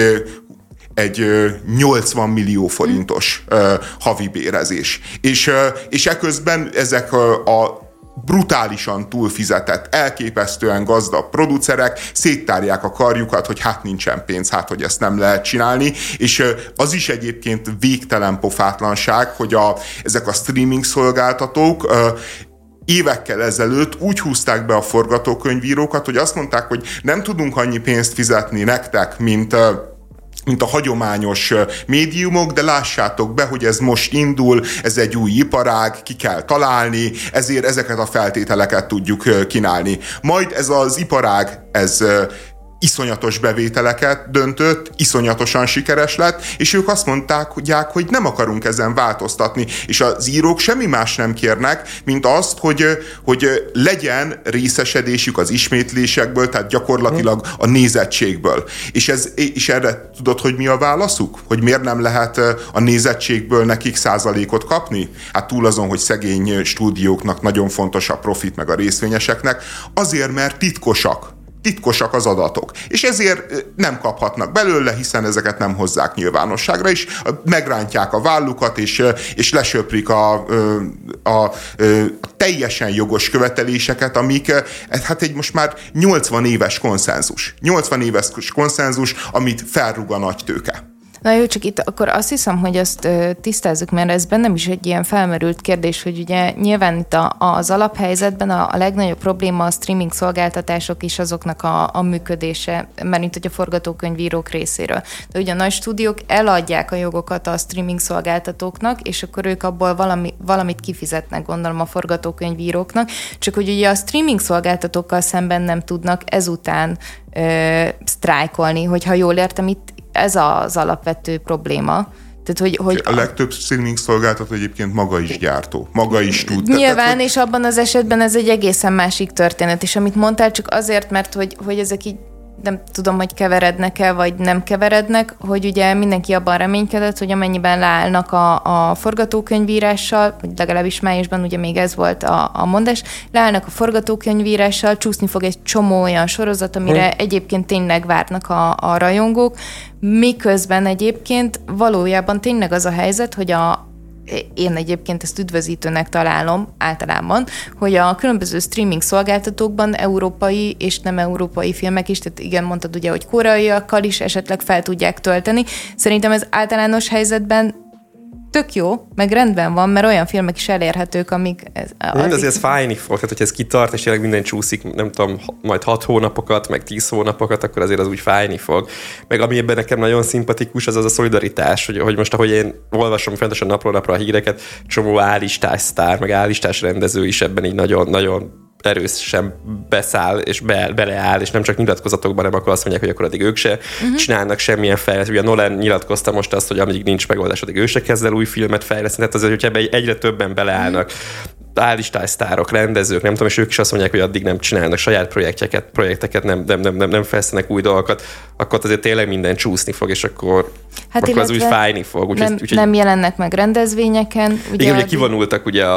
egy 80 millió forintos havi bérezés. És eközben ezek a brutálisan túlfizetett, elképesztően gazdag producerek széttárják a karjukat, hogy hát nincsen pénz, hát hogy ezt nem lehet csinálni, és az is egyébként végtelen pofátlanság, hogy ezek a streaming szolgáltatók évekkel ezelőtt úgy húzták be a forgatókönyvírókat, hogy azt mondták, hogy nem tudunk annyi pénzt fizetni nektek, mint a hagyományos médiumok, de lássátok be, hogy ez most indul, ez egy új iparág, ki kell találni, ezért ezeket a feltételeket tudjuk kínálni. Majd ez az iparág, ez iszonyatos bevételeket döntött, iszonyatosan sikeres lett, és ők azt mondták, hogy nem akarunk ezen változtatni, és az írók semmi más nem kérnek, mint azt, hogy legyen részesedésük az ismétlésekből, tehát gyakorlatilag a nézettségből. És erre tudod, hogy mi a válaszuk? Hogy miért nem lehet a nézettségből nekik százalékot kapni? Hát túl azon, hogy szegény stúdióknak nagyon fontos a profit meg a részvényeseknek, azért, mert titkosak. titkosak az adatok. És ezért nem kaphatnak belőle, hiszen ezeket nem hozzák nyilvánosságra, és megrántják a vállukat, és lesöprik a teljesen jogos követeléseket, amik hát egy most már 80 éves konszenzus. 80 éves konszenzus, amit felrúg a nagy tőke. Na jó, csak itt akkor azt hiszem, hogy azt tisztázzuk, mert ez bennem is egy ilyen felmerült kérdés, hogy ugye nyilván itt az alaphelyzetben a legnagyobb probléma a streaming szolgáltatások és azoknak a működése, mert itt hogy a forgatókönyvírók részéről. De ugye a nagy stúdiók eladják a jogokat a streaming szolgáltatóknak, és akkor ők abból valamit kifizetnek, gondolom a forgatókönyvíróknak, csak hogy ugye a streaming szolgáltatókkal szemben nem tudnak ezután sztrájkolni, hogyha jól értem, itt ez az alapvető probléma. Tehát, hogy a legtöbb streaming szolgáltató egyébként maga is gyártó, maga is tud. Nyilván, és abban az esetben ez egy egészen másik történet, és amit mondtál, csak azért, mert hogy ezek így nem tudom, hogy keverednek-e, vagy nem keverednek, hogy ugye mindenki abban reménykedett, hogy amennyiben leállnak a forgatókönyvírással, vagy legalábbis májusban ugye még ez volt a mondás, leállnak a forgatókönyvírással, csúszni fog egy csomó olyan sorozat, amire egyébként tényleg várnak a rajongók, miközben egyébként valójában tényleg az a helyzet, hogy én egyébként ezt üdvözítőnek találom általában, hogy a különböző streaming szolgáltatókban európai és nem európai filmek is, tehát igen, mondtad ugye, hogy koreaiakkal is esetleg fel tudják tölteni. Szerintem ez általános helyzetben tök jó, meg rendben van, mert olyan filmek is elérhetők, amik... Azért ez fájni fog, tehát hogyha ez kitart, és tényleg minden csúszik, nem tudom, majd 6 hónapokat, meg 10 hónapokat, akkor azért az úgy fájni fog. Meg ami ebben nekem nagyon szimpatikus, az a szolidaritás, hogy most, ahogy én olvasom fontosan napról napra a híreket, csomó állistás sztár, meg állistás rendező is ebben így nagyon erősen beszáll, és beleáll, és nem csak nyilatkozatokban, nem akkor azt mondják, hogy akkor addig ők se csinálnak semmilyen fejlesztést. Ugye Nolan nyilatkozta most azt, hogy amíg nincs megoldás, addig ő se kezd el új filmet fejleszteni. Tehát azért, hogyha ebbe egyre többen beleállnak, állistás sztárok, rendezők, nem tudom, és ők is azt mondják, hogy addig nem csinálnak saját projekteket, nem fejlesztenek új dolgokat, akkor azért tényleg minden csúszni fog, és akkor az úgy fájni fog. Nem jelennek meg rendezvényeken. Ugye kivonultak ugye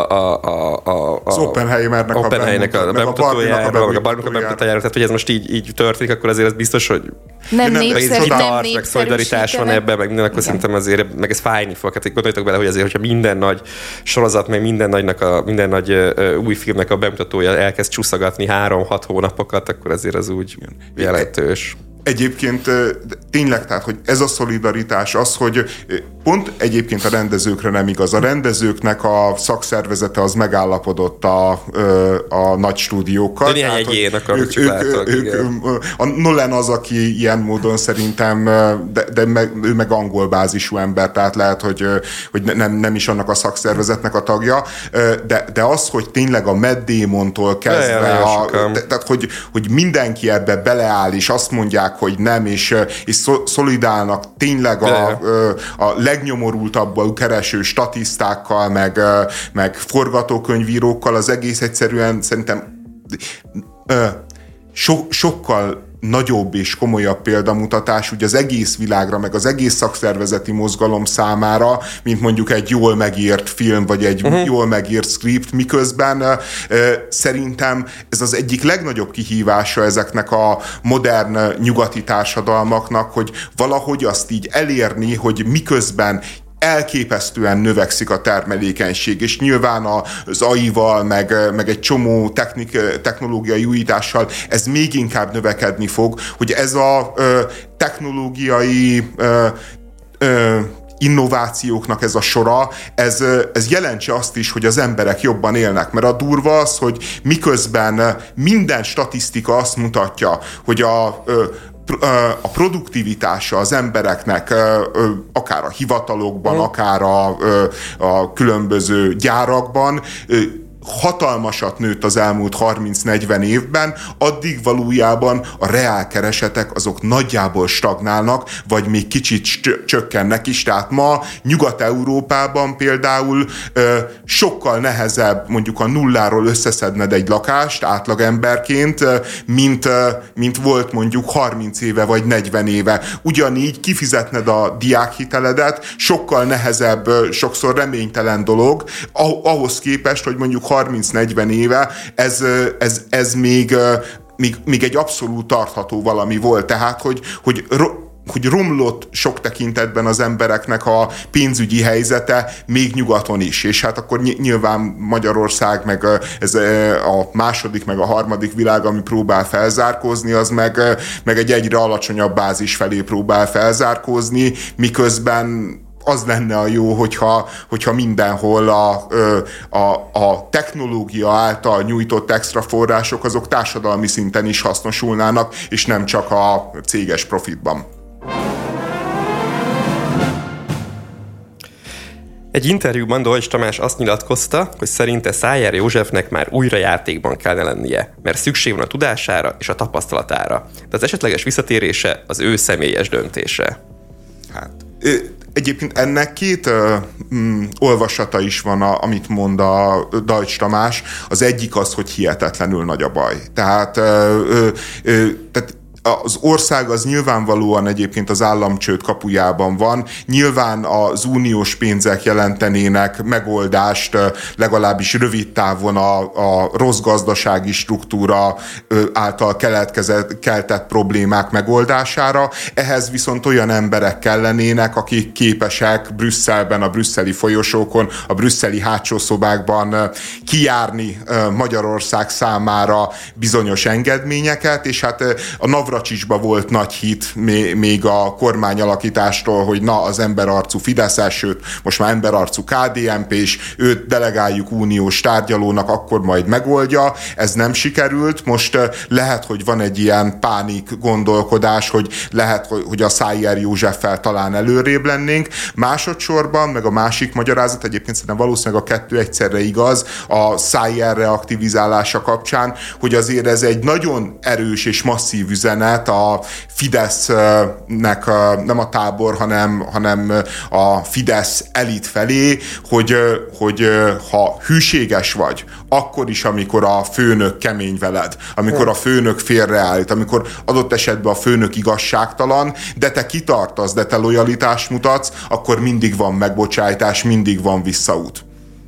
az Oppenheimernek a bemutatójáról, meg a Barbie-nak a bemutatójáról, tehát hogy ez most így történik, akkor azért ez biztos, hogy nem népszerű, meg szolidaritás van ebben, meg minden, akkor szerintem azért, meg ez fájni fog. Hát gondoljatok bele, hogy azért, hogyha minden nagy sorozat, meg minden nagy új filmnek a bemutatója elkezd csúszogatni 3-6 hónapokat, akkor azért az úgy jelentős. Egyébként tényleg, tehát, hogy ez a szolidaritás az, hogy pont egyébként a rendezőkre nem igaz. A rendezőknek a szakszervezete az megállapodott a nagy stúdiókkal. De néhány egyének, amit csak látok. A Nolan az, aki ilyen módon szerintem, de ő meg angol bázisú ember, tehát lehet, hogy nem is annak a szakszervezetnek a tagja, de az, hogy tényleg a Matt Damontól kezdve, tehát hogy mindenki ebbe beleáll, és azt mondják, hogy nem, és szolidálnak tényleg a legnyomorultabbul kereső statisztákkal, meg forgatókönyvírókkal, az egész egyszerűen szerintem sokkal nagyobb és komolyabb példamutatás ugye az egész világra, meg az egész szakszervezeti mozgalom számára, mint mondjuk egy jól megírt film, vagy egy jól megírt script, miközben szerintem ez az egyik legnagyobb kihívása ezeknek a modern nyugati társadalmaknak, hogy valahogy azt így elérni, hogy miközben elképesztően növekszik a termelékenység, és nyilván az AI-val, meg egy csomó technológiai újítással ez még inkább növekedni fog, hogy ez a technológiai innovációknak ez a sora, ez jelentse azt is, hogy az emberek jobban élnek, mert a durva az, hogy miközben minden statisztika azt mutatja, hogy a produktivitása az embereknek akár a hivatalokban, akár a különböző gyárakban hatalmasat nőtt az elmúlt 30-40 évben, addig valójában a reálkeresetek azok nagyjából stagnálnak, vagy még kicsit csökkennek is. Tehát ma Nyugat-Európában például sokkal nehezebb mondjuk a nulláról összeszedned egy lakást átlagemberként, mint volt mondjuk 30 éve vagy 40 éve. Ugyanígy kifizetned a diákhiteledet, sokkal nehezebb, sokszor reménytelen dolog, ahhoz képest, hogy mondjuk 30-40 éve ez még még egy abszolút tartható valami volt. Tehát, hogy romlott sok tekintetben az embereknek a pénzügyi helyzete, még nyugaton is. És hát akkor nyilván Magyarország, meg ez a második, meg a harmadik világ, ami próbál felzárkózni, az meg egy egyre alacsonyabb bázis felé próbál felzárkózni, miközben az lenne a jó, hogyha mindenhol a technológia által nyújtott extra források azok társadalmi szinten is hasznosulnának, és nem csak a céges profitban. Egy interjúban Deutsch Tamás azt nyilatkozta, hogy szerinte Szájer Józsefnek már újra játékban kellene lennie, mert szükség van a tudására és a tapasztalatára. De az esetleges visszatérése az ő személyes döntése. Hát, egyébként ennek két olvasata is van, amit mond a Deutsch Tamás. Az egyik az, hogy hihetetlenül nagy a baj. Tehát az ország az nyilvánvalóan egyébként az államcsőd kapujában van. Nyilván az uniós pénzek jelentenének megoldást legalábbis rövid távon a rossz gazdasági struktúra által keltett problémák megoldására. Ehhez viszont olyan emberek kellenének, akik képesek Brüsszelben, a brüsszeli folyosókon, a brüsszeli hátsó szobákban kijárni Magyarország számára bizonyos engedményeket, és hát a Navracsicsba volt nagy hit még a kormányalakítástól, hogy na, az emberarcú Fideszes, sőt, most már emberarcú KDNP, és őt delegáljuk uniós tárgyalónak, akkor majd megoldja. Ez nem sikerült. Most lehet, hogy van egy ilyen pánik gondolkodás, hogy lehet, hogy a Szájer Józseffel talán előrébb lennénk. Másodszorban, meg a másik magyarázat, egyébként szerintem valószínűleg a kettő egyszerre igaz, a Szájer reaktivizálása kapcsán, hogy azért ez egy nagyon erős és masszív üzenet a Fidesznek, nem a tábor, hanem a Fidesz elit felé, hogy ha hűséges vagy, akkor is, amikor a főnök kemény veled, amikor a főnök félreállít, amikor adott esetben a főnök igazságtalan, de te kitartasz, de te lojalitást mutatsz, akkor mindig van megbocsájtás, mindig van visszaút.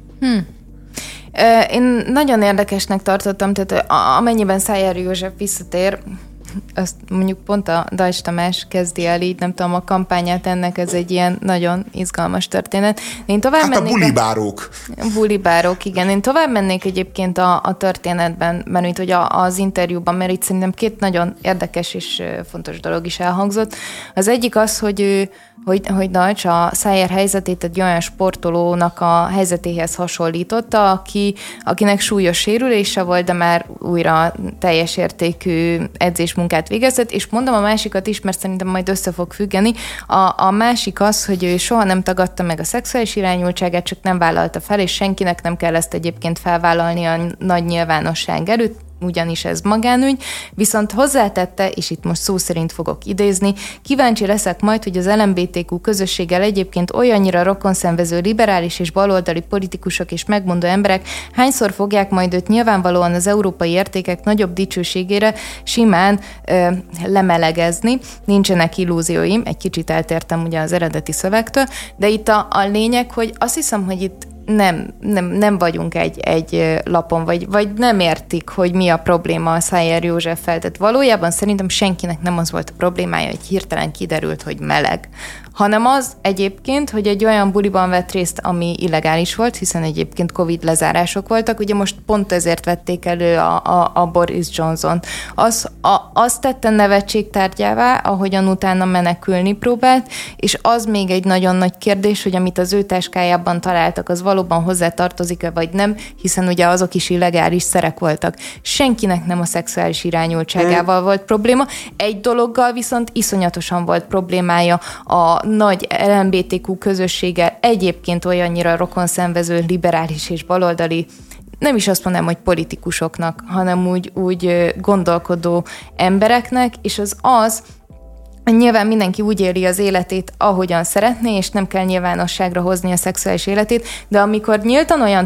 Én nagyon érdekesnek tartottam, tehát amennyiben Szájer József visszatér, azt mondjuk pont a Deutsch Tamás kezdi el így, nem tudom, a kampányát ennek, ez egy ilyen nagyon izgalmas történet. Én tovább hát a bulibárók. Bulibárók, igen. Én tovább mennék egyébként a történetben, mert itt, hogy az interjúban, mert itt szerintem két nagyon érdekes és fontos dolog is elhangzott. Az egyik az, hogy Deutsch a Szájer helyzetét egy olyan sportolónak a helyzetéhez hasonlította, akinek súlyos sérülése volt, de már újra teljes értékű edzésmunkát végezett, és mondom a másikat is, mert szerintem majd össze fog függeni. A másik az, hogy ő soha nem tagadta meg a szexuális irányultságát, csak nem vállalta fel, és senkinek nem kell ezt egyébként felvállalni a nagy nyilvánosság előtt, ugyanis ez magánügy, viszont hozzátette, és itt most szó szerint fogok idézni, kíváncsi leszek majd, hogy az LMBTQ közösséggel egyébként olyannyira rokonszenvező liberális és baloldali politikusok és megmondó emberek hányszor fogják majd őt nyilvánvalóan az európai értékek nagyobb dicsőségére simán lemelegezni. Nincsenek illúzióim, egy kicsit eltértem ugye az eredeti szövegtől, de itt a lényeg, hogy azt hiszem, hogy itt nem vagyunk egy lapon, vagy nem értik, hogy mi a probléma a Szájer Józseffel. Tehát valójában szerintem senkinek nem az volt a problémája, hogy hirtelen kiderült, hogy meleg, hanem az egyébként, hogy egy olyan buliban vett részt, ami illegális volt, hiszen egyébként Covid lezárások voltak, ugye most pont ezért vették elő a Boris Johnson. Az tette nevetségtárgyává, ahogyan utána menekülni próbált, és az még egy nagyon nagy kérdés, hogy amit az ő táskájában találtak, az valóban hozzátartozik-e, vagy nem, hiszen ugye azok is illegális szerek voltak. Senkinek nem a szexuális irányultságával volt probléma. Egy dologgal viszont iszonyatosan volt problémája a nagy LMBTQ közösséggel egyébként olyannyira rokonszenvező liberális és baloldali, nem is azt mondanám, hogy politikusoknak, hanem úgy gondolkodó embereknek, és az, nyilván mindenki úgy éli az életét, ahogyan szeretné, és nem kell nyilvánosságra hozni a szexuális életét, de amikor nyíltan olyan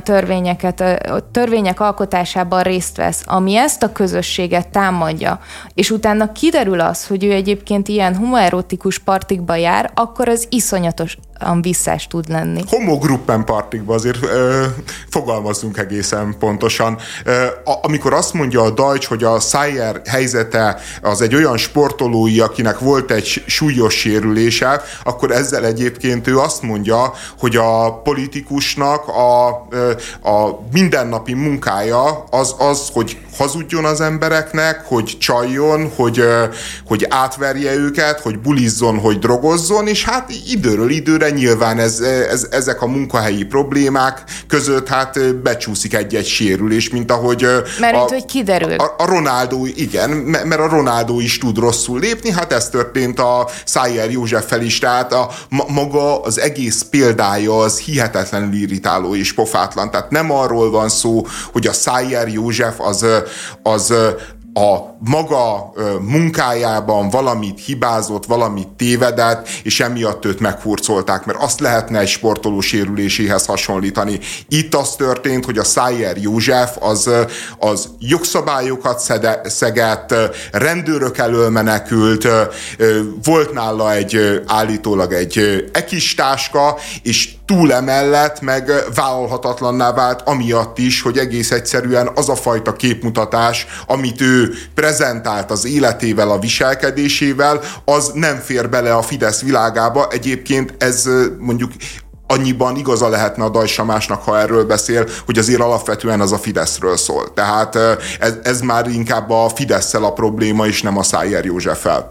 törvények alkotásában részt vesz, ami ezt a közösséget támadja, és utána kiderül az, hogy ő egyébként ilyen homoerotikus partikba jár, akkor az iszonyatos. visszás tud lenni. Homogruppen partikban azért fogalmazzunk egészen pontosan. Amikor azt mondja a Deutsch, hogy a Sayer helyzete az egy olyan sportolói, akinek volt egy súlyos sérülése, akkor ezzel egyébként ő azt mondja, hogy a politikusnak a mindennapi munkája az, hogy hazudjon az embereknek, hogy csaljon, hogy átverje őket, hogy bulizzon, hogy drogozzon, és hát időről időre nyilván ezek a munkahelyi problémák között hát becsúszik egy-egy sérülés, mint ahogy hogy kiderül. A Ronaldo, igen, mert a Ronaldo is tud rosszul lépni, hát ez történt a Sayer Józseffel is, tehát maga az egész példája az hihetetlenül irritáló és pofátlan, tehát nem arról van szó, hogy a Sayer József az a maga munkájában valamit hibázott, valamit tévedett, és emiatt őt meghurcolták, mert azt lehetne egy sportoló sérüléséhez hasonlítani. Itt az történt, hogy a Sayer József az jogszabályokat szegett, rendőrök elől menekült, volt nála állítólag egy ekistáska, és túl emellett meg vállalhatatlanná vált amiatt is, hogy egész egyszerűen az a fajta képmutatás, amit ő prezentált az életével, a viselkedésével, az nem fér bele a Fidesz világába. Egyébként ez mondjuk annyiban igaza lehetne a Deutsch Tamásnak, ha erről beszél, hogy azért alapvetően az a Fideszről szól. Tehát ez már inkább a Fidesszel a probléma, és nem a Sayer Józseffel.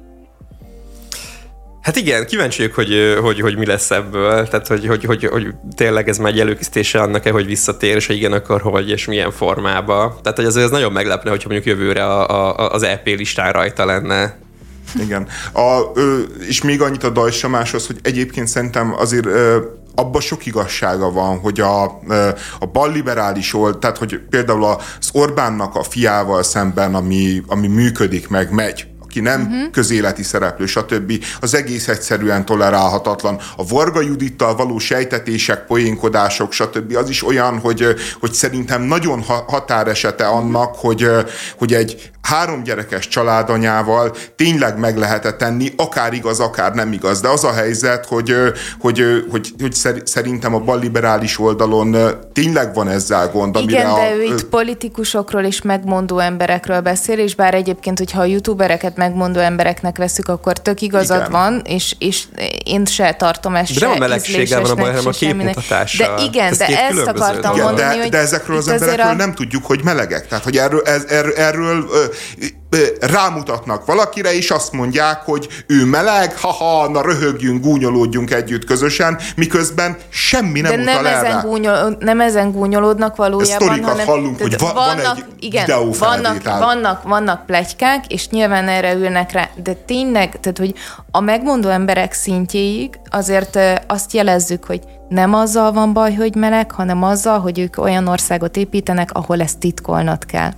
Hát igen, kíváncsi vagyok, hogy mi lesz ebből, tehát hogy tényleg ez már egy előkészítése annak-e, hogy visszatér, és igen, akkor hogy, és milyen formába. Tehát hogy azért ez nagyon meglepne, hogyha mondjuk jövőre az EP listán rajta lenne. Igen. És még annyit a Deutsch Tamáshoz, hogy egyébként szerintem azért abban sok igazsága van, hogy a balliberális old, tehát hogy például az Orbánnak a fiával szemben, ami működik, meg megy, aki nem közéleti szereplő, stb. Az egész egyszerűen tolerálhatatlan. A Varga Judittal való sejtetések, poénkodások, stb. Az is olyan, hogy szerintem nagyon határesete annak, hogy egy 3 gyerekes családanyával tényleg meg lehet tenni, akár igaz, akár nem igaz. De az a helyzet, hogy szerintem a balliberális oldalon tényleg van ezzel gond. Igen, de ő itt politikusokról és megmondó emberekről beszél, és bár egyébként, hogyha a youtubereket megmondó embereknek veszük, akkor tök igazad van, és én se tartom ezt se ízlésesnek. De nem a melegséggel van a baj, hanem a képmutatással. De igen, de ezt akartam mondani, hogy... De ezekről az emberekről nem tudjuk, hogy melegek. Tehát, hogy erről rámutatnak valakire, és azt mondják, hogy ő meleg, haha, na röhögjünk, gúnyolódjunk együtt közösen, miközben semmi nem utal erre. Nem ezen gúnyolódnak valójában, hanem hallunk, hogy van egy videófelvétel. Vannak pletykák, és nyilván erre ülnek rá, de tényleg, tehát, hogy a megmondó emberek szintjéig azért azt jelezzük, hogy nem azzal van baj, hogy meleg, hanem azzal, hogy ők olyan országot építenek, ahol ezt titkolnod kell.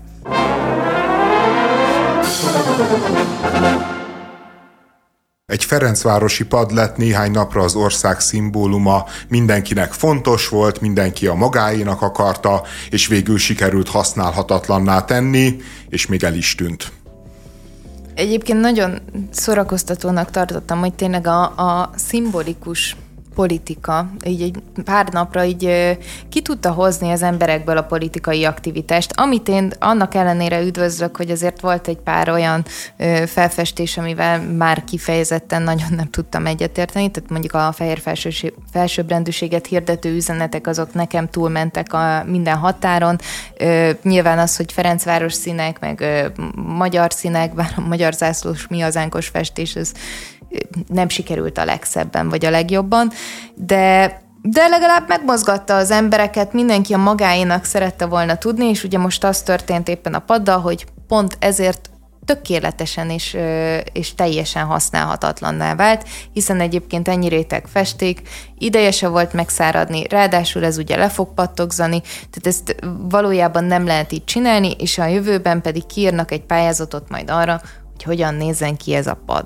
Egy ferencvárosi pad lett néhány napra az ország szimbóluma, mindenkinek fontos volt, mindenki a magáénak akarta, és végül sikerült használhatatlanná tenni, és még el is tűnt. Egyébként nagyon szórakoztatónak tartottam, hogy tényleg a szimbolikus politika, így egy pár napra így ki tudta hozni az emberekből a politikai aktivitást, amit én annak ellenére üdvözlök, hogy azért volt egy pár olyan felfestés, amivel már kifejezetten nagyon nem tudtam egyetérteni, tehát mondjuk a fehér felsőbbrendűséget hirdető üzenetek, azok nekem túlmentek a minden határon. Nyilván az, hogy Ferencváros színek, meg magyar színek, bár a magyar zászlós mi hazánkos festés, ez nem sikerült a legszebben, vagy a legjobban, de legalább megmozgatta az embereket, mindenki a magáénak szerette volna tudni, és ugye most az történt éppen a paddal, hogy pont ezért tökéletesen és teljesen használhatatlanná vált, hiszen egyébként ennyi réteg festék, ideje se volt megszáradni, ráadásul ez ugye le fog pattogzani, tehát ezt valójában nem lehet így csinálni, és a jövőben pedig kiírnak egy pályázatot majd arra, hogy hogyan nézzen ki ez a pad.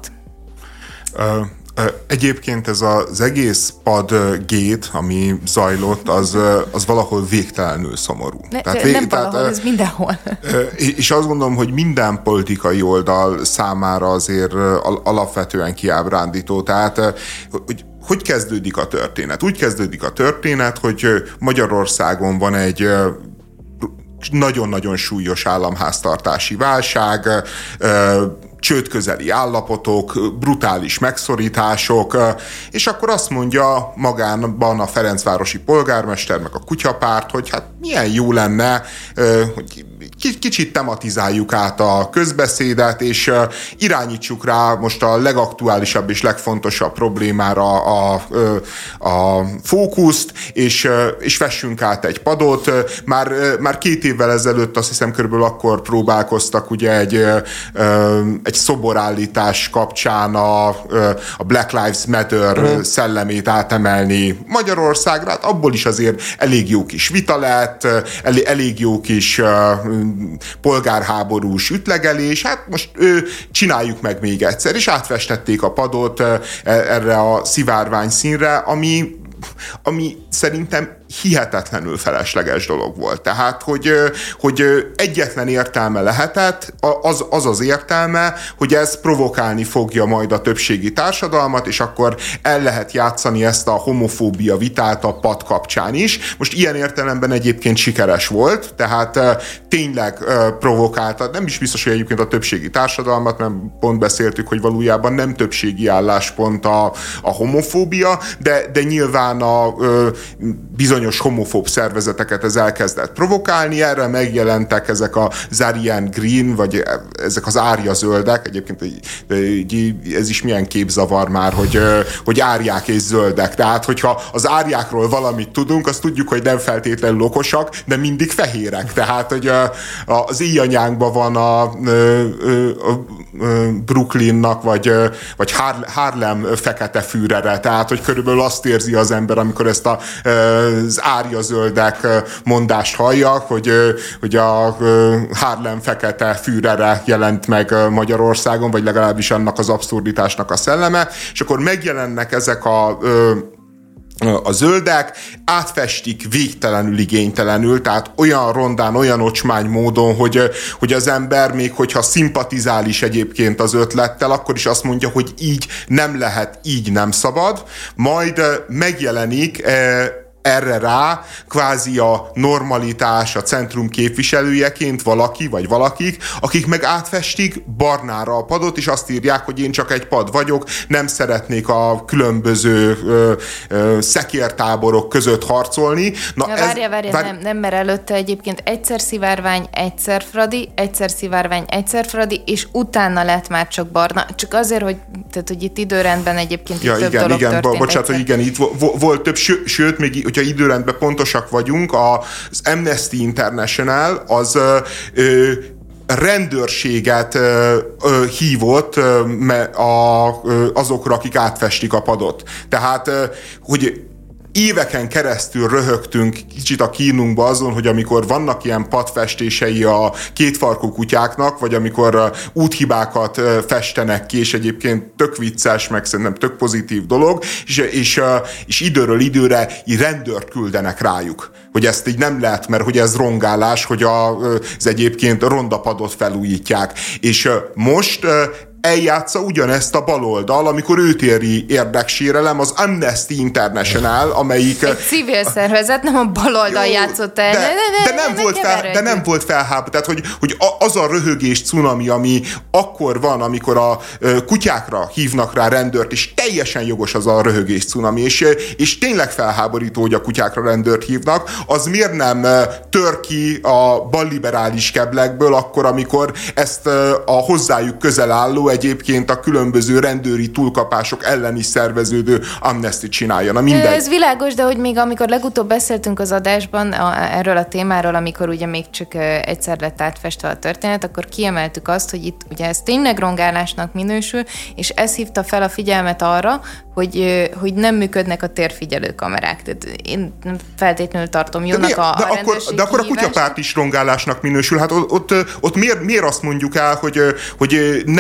Egyébként ez az egész padgét, ami zajlott, az valahol végtelenül szomorú. Ez mindenhol. És azt gondolom, hogy minden politikai oldal számára azért alapvetően kiábrándító. Tehát, hogy kezdődik a történet? Úgy kezdődik a történet, hogy Magyarországon van egy nagyon-nagyon súlyos államháztartási válság, csődközeli állapotok, brutális megszorítások, és akkor azt mondja magánban a ferencvárosi polgármester, meg a kutyapárt, hogy hát milyen jó lenne, hogy kicsit tematizáljuk át a közbeszédet, és irányítsuk rá most a legaktuálisabb és legfontosabb problémára a fókuszt, és fessünk át egy padot. Már 2 évvel ezelőtt, azt hiszem körülbelül akkor próbálkoztak ugye egy szoborállítás kapcsán a Black Lives Matter szellemét átemelni Magyarországra. Hát abból is azért elég jó kis vita lett, elég jó kis polgárháborús ütlegelés, hát most csináljuk meg még egyszer, és átfestették a padot erre a szivárvány színre, ami szerintem hihetetlenül felesleges dolog volt. Tehát, hogy egyetlen értelme lehetett, az értelme, hogy ez provokálni fogja majd a többségi társadalmat, és akkor el lehet játszani ezt a homofóbia vitát a pad kapcsán is. Most ilyen értelemben egyébként sikeres volt, tehát tényleg provokálta, nem is biztos, hogy egyébként a többségi társadalmat, mert pont beszéltük, hogy valójában nem többségi álláspont a homofóbia, de nyilván a bizonyos homofób szervezeteket ez elkezdett provokálni, erre megjelentek ezek az Aryan Green, vagy ezek az árja zöldek, egyébként ez is milyen képzavar már, hogy árják és zöldek. Tehát, hogyha az árjákról valamit tudunk, azt tudjuk, hogy nem feltétlenül okosak, de mindig fehérek. Tehát, hogy az íjanyánkban van a Brooklynnak, vagy Harlem fekete Führere, tehát, hogy körülbelül azt érzi az ember, amikor ezt az árjazöldek mondást halljak, hogy a Harlem fekete Führere jelent meg Magyarországon, vagy legalábbis annak az abszurditásnak a szelleme, és akkor megjelennek ezek a zöldek, átfestik végtelenül igénytelenül, tehát olyan rondán, olyan ocsmány módon, hogy az ember még hogyha szimpatizál is egyébként az ötlettel, akkor is azt mondja, hogy így nem lehet, így nem szabad, majd megjelenik erre rá kvázi a normalitás, a centrum képviselőjeként valaki vagy valakik, akik meg átfestik barnára a padot, és azt írják, hogy én csak egy pad vagyok, nem szeretnék a különböző szekértáborok között harcolni. Várja, nem, mert előtte egyébként egyszer szivárvány, egyszer Fradi, egyszer szivárvány, egyszer Fradi, és utána lett már csak barna. Csak azért, hogy itt időrendben egyébként több dolog történt. Bocsánat, hogy igen, itt volt több, sőt, még hogyha időrendben pontosak vagyunk, az Amnesty International az rendőrséget hívott azokra, akik átfestik a padot. Tehát, hogy éveken keresztül röhögtünk kicsit a kínunkba azon, hogy amikor vannak ilyen padfestései a kétfarkú kutyáknak, vagy amikor úthibákat festenek ki, és egyébként tök vicces, meg szerintem tök pozitív dolog, és időről időre így rendőrt küldenek rájuk. Hogy ezt így nem lehet, mert hogy ez rongálás, hogy az egyébként rondapadot felújítják. És most eljátsza ugyanezt a baloldal, amikor őt éri érdeksérelem, az Amnesty International, amelyik... Egy civil szervezet, nem a baloldal játszott el. De nem volt felháborító. Tehát, hogy az a röhögés cunami, ami akkor van, amikor a kutyákra hívnak rá rendőrt, és teljesen jogos az a röhögés cunami, és tényleg felháborító, hogy a kutyákra rendőrt hívnak, az miért nem tör ki a balliberális keblekből akkor, amikor ezt a hozzájuk közel álló, egyébként a különböző rendőri túlkapások ellen is szerveződő Amnesty csinálja. Na mindegy. Ez világos, de hogy még amikor legutóbb beszéltünk az adásban erről a témáról, amikor ugye még csak egyszer lett átfestve a történet, akkor kiemeltük azt, hogy itt ugye ez tényleg rongálásnak minősül, és ez hívta fel a figyelmet arra, hogy nem működnek a térfigyelő kamerák. Tehát én nem feltétlenül tartom jónak a rendőrség. De akkor a kutyapárt is rongálásnak minősül. Hát ott miért azt mondjuk el, hogy nevetség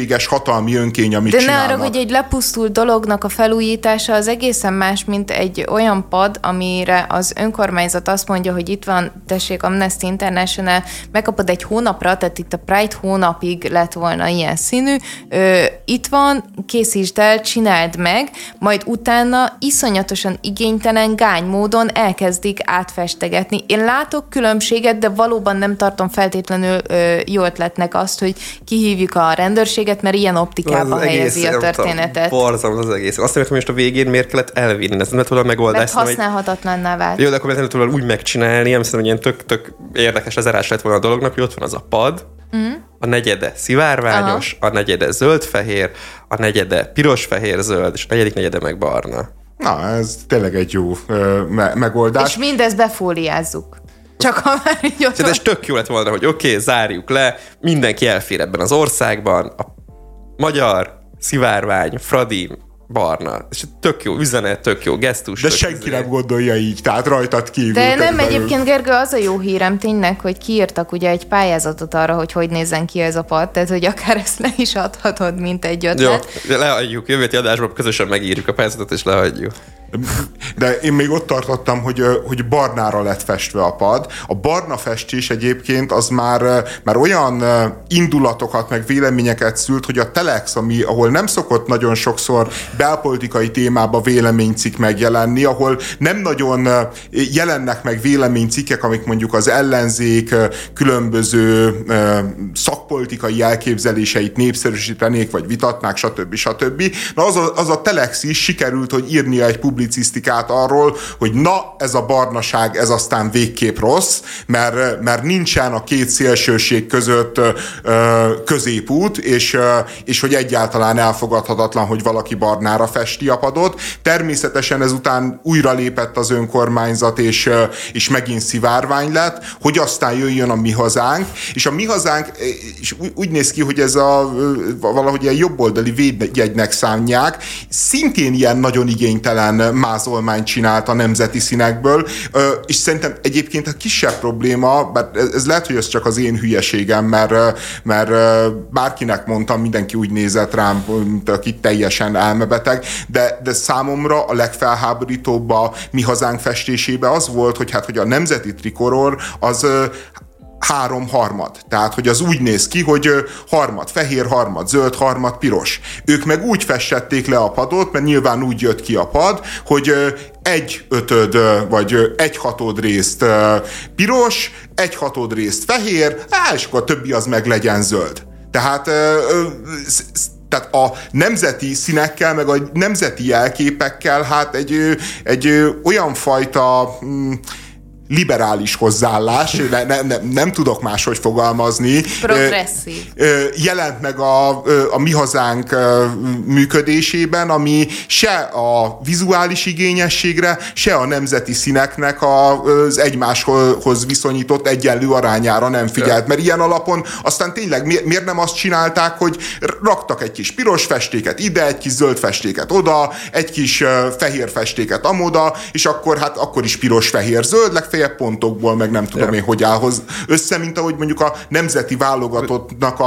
mesterséges hatalmi önkény, amit de csinálnak. De ne arra, hogy egy lepusztult dolognak a felújítása az egészen más, mint egy olyan pad, amire az önkormányzat azt mondja, hogy itt van, tessék, Amnesty International, megkapod egy hónapra, tehát itt a Pride hónapig lett volna ilyen színű, itt van, készítsd el, csináld meg, majd utána iszonyatosan igénytelen gány módon elkezdik átfestegetni. Én látok különbséget, de valóban nem tartom feltétlenül jó ötletnek azt, hogy kihívjuk a rendőrséget, mert ilyen optikába helyezi a történetet. Borzalmas az egész. Azt mondom, hogy most a végén miért kellett elvinni? Ez nem lett volna a megoldás. Mert használhatatlanná vált. Jó, de akkor nem tudom úgy megcsinálni, ami szerintem ilyen tök érdekes lezárás lett volna a dolognak, hogy ott van az a pad, a negyede szivárványos, a negyede zöld-fehér, a negyede piros-fehér-zöld, és a negyede meg barna. Na, ez tényleg egy jó megoldás. És mindezt befóliázzuk. Csak ha már így ott van. Ez tök jó lett volna, hogy oké, zárjuk le, mindenki elfér ebben az országban, a magyar, szivárvány, Fradi, barna. És tök jó üzenet, tök jó gesztus. De senki nem gondolja így, tehát rajtad kívül. De nem, egyébként Gergő, az a jó hírem tényleg, hogy kiírtak ugye egy pályázatot arra, hogy nézzen ki ez a pad, tehát hogy akár ezt le is adhatod, mint egy ötlet. Jó, leadjuk, jövő heti adásban közösen megírjuk a pályázatot, és leadjuk. De én még ott tartottam, hogy barnára lett festve a pad. A barna festés egyébként az már olyan indulatokat, meg véleményeket szült, hogy a Telex, ahol nem szokott nagyon sokszor belpolitikai témába véleménycikk megjelenni, ahol nem nagyon jelennek meg véleménycikkek, amik mondjuk az ellenzék különböző szakpolitikai elképzeléseit népszerűsítenék, vagy vitatnák, stb. Na az a Telex is sikerült, hogy írnia egy publicisztikát arról, hogy na, ez a barnaság, ez aztán végképp rossz, mert nincsen a két szélsőség között középút, és hogy egyáltalán elfogadhatatlan, hogy valaki barnára festi a padot. Természetesen ezután újra lépett az önkormányzat, és megint szivárvány lett, hogy aztán jöjjön a Mi Hazánk, és a Mi Hazánk és úgy néz ki, hogy ez valahogy ilyen jobboldali védjegynek szánják, szintén ilyen nagyon igénytelen mázolmányt csinált a nemzeti színekből, és szerintem egyébként a kisebb probléma, bár ez lehet, hogy ez csak az én hülyeségem, mert bárkinek mondtam, mindenki úgy nézett rám, mint aki teljesen elmebeteg, de számomra a legfelháborítóbb a Mi Hazánk festésébe az volt, hogy a nemzeti trikoror az 3/3. Tehát, hogy az úgy néz ki, hogy harmad fehér, harmad zöld, harmad piros. Ők meg úgy festették le a padot, mert nyilván úgy jött ki a pad, hogy 1/5 vagy 1/6 részt piros, 1/6 részt fehér, és akkor a többi az meg legyen zöld. Tehát a nemzeti színekkel, meg a nemzeti jelképekkel egy olyan fajta liberális hozzáállás, nem tudok máshogy fogalmazni. Progresszív. Jelent meg a Mi Hazánk működésében, ami se a vizuális igényességre, se a nemzeti színeknek az egymáshoz viszonyított egyenlő arányára nem figyelt. Mert ilyen alapon aztán tényleg miért nem azt csinálták, hogy raktak egy kis piros festéket ide, egy kis zöld festéket oda, egy kis fehér festéket amoda, és akkor is piros-fehér-zöld, legfeljebb pontokból, meg nem tudom én, hogy áll össze, mint ahogy mondjuk a nemzeti válogatottnak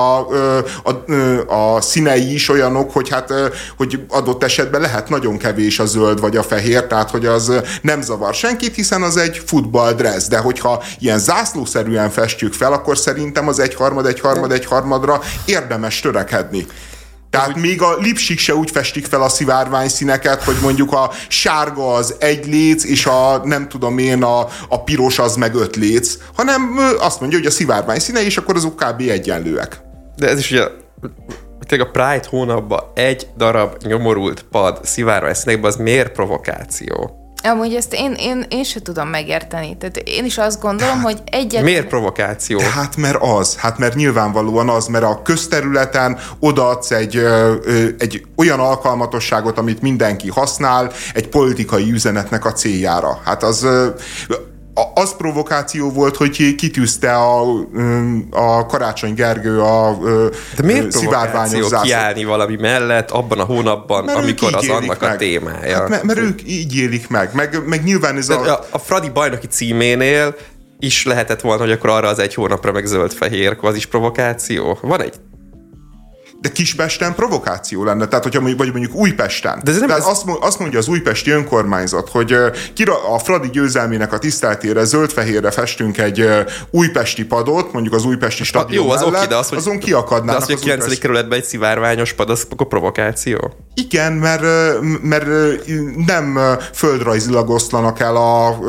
a színei is olyanok, hogy adott esetben lehet nagyon kevés a zöld vagy a fehér, tehát hogy az nem zavar senkit, hiszen az egy futballdressz, de hogyha ilyen zászlószerűen festjük fel, akkor szerintem az 1/3 érdemes törekedni. Tehát még a Lipsik se úgy festik fel a szivárvány színeket, hogy mondjuk a sárga az 1 léc, és nem tudom én, a piros az meg 5 léc, hanem azt mondja, hogy a szivárvány színei, és akkor azok kb. Egyenlőek. De ez is ugye tényleg a Pride hónapban egy darab nyomorult pad szivárvány színekben, az miért provokáció? Amúgy ezt én sem tudom megérteni. Tehát én is azt gondolom, hogy egyetlen... Miért provokáció? Mert nyilvánvalóan az, mert a közterületen odaadsz egy olyan alkalmatosságot, amit mindenki használ, egy politikai üzenetnek a céljára. Hát az provokáció volt, hogy kitűzte a Karácsony Gergő a de miért provokáció kiállni valami mellett abban a hónapban, mert amikor az annak a témája? Hát, mert ők így élik meg nyilván ez a Fradi bajnoki címénél is lehetett volna, hogy akkor arra az egy hónapra meg zöld-fehér, az is provokáció. Van egy De Kispesten provokáció lenne, tehát hogyha mondjuk Újpesten. De tehát azt mondja az újpesti önkormányzat, hogy a Fradi győzelmének a tiszteletére zöld-fehérre festünk egy újpesti padot, mondjuk az újpesti stadion jó, az mellett, oké, de azon kiakadnának. De az, hogy a 9. kerületben egy szivárványos pad, az akkor provokáció? Igen, mert nem földrajzilag oszlanak el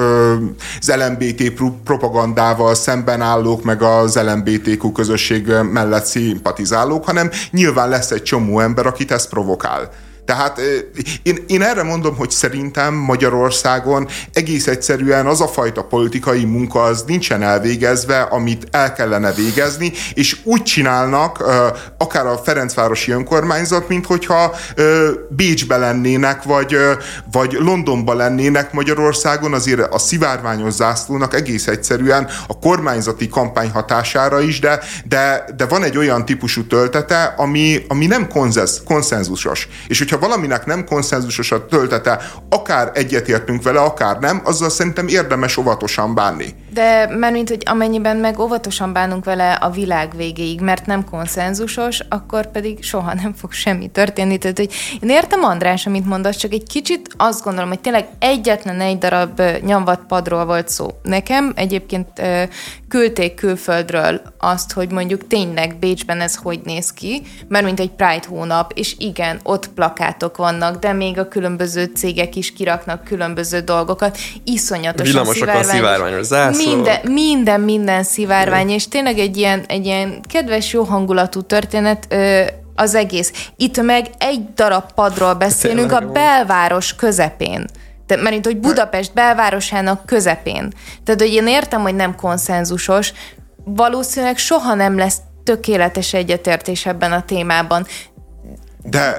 az LMBT propagandával szemben állók, meg az LMBTQ közösség mellett szimpatizálók, hanem nyilván lesz egy csomó ember, akit ez provokál. Tehát én erre mondom, hogy szerintem Magyarországon egész egyszerűen az a fajta politikai munka az nincsen elvégezve, amit el kellene végezni, és úgy csinálnak, akár a Ferencvárosi önkormányzat, mint hogyha Bécsbe lennének, vagy Londonba lennének. Magyarországon azért a szivárványos zászlónak egész egyszerűen a kormányzati kampány hatására is, de van egy olyan típusú töltete, ami nem konszenzusos. És hogyha valaminek nem konszenzusos a töltete, akár egyetértünk vele, akár nem, azzal szerintem érdemes óvatosan bánni. De mert mint, hogy amennyiben meg óvatosan bánunk vele a világ végéig, mert nem konszenzusos, akkor pedig soha nem fog semmi történni. Tehát, hogy én értem, András, amit mondasz, csak egy kicsit azt gondolom, hogy tényleg egyetlen egy darab nyomvatpadról volt szó. Nekem egyébként küldték külföldről azt, hogy mondjuk tényleg Bécsben ez hogy néz ki, mert mint egy Pride hónap, és igen, ott plakátok vannak, de még a különböző cégek is kiraknak különböző dolgokat, iszonyatosan szivárványos zászló. Minden szivárvány, és tényleg egy ilyen kedves, jó hangulatú történet az egész. Itt meg egy darab padról beszélünk a belváros közepén. Mert hogy Budapest belvárosának közepén. Tehát, hogy én értem, hogy nem konszenzusos, valószínűleg soha nem lesz tökéletes egyetértés ebben a témában. De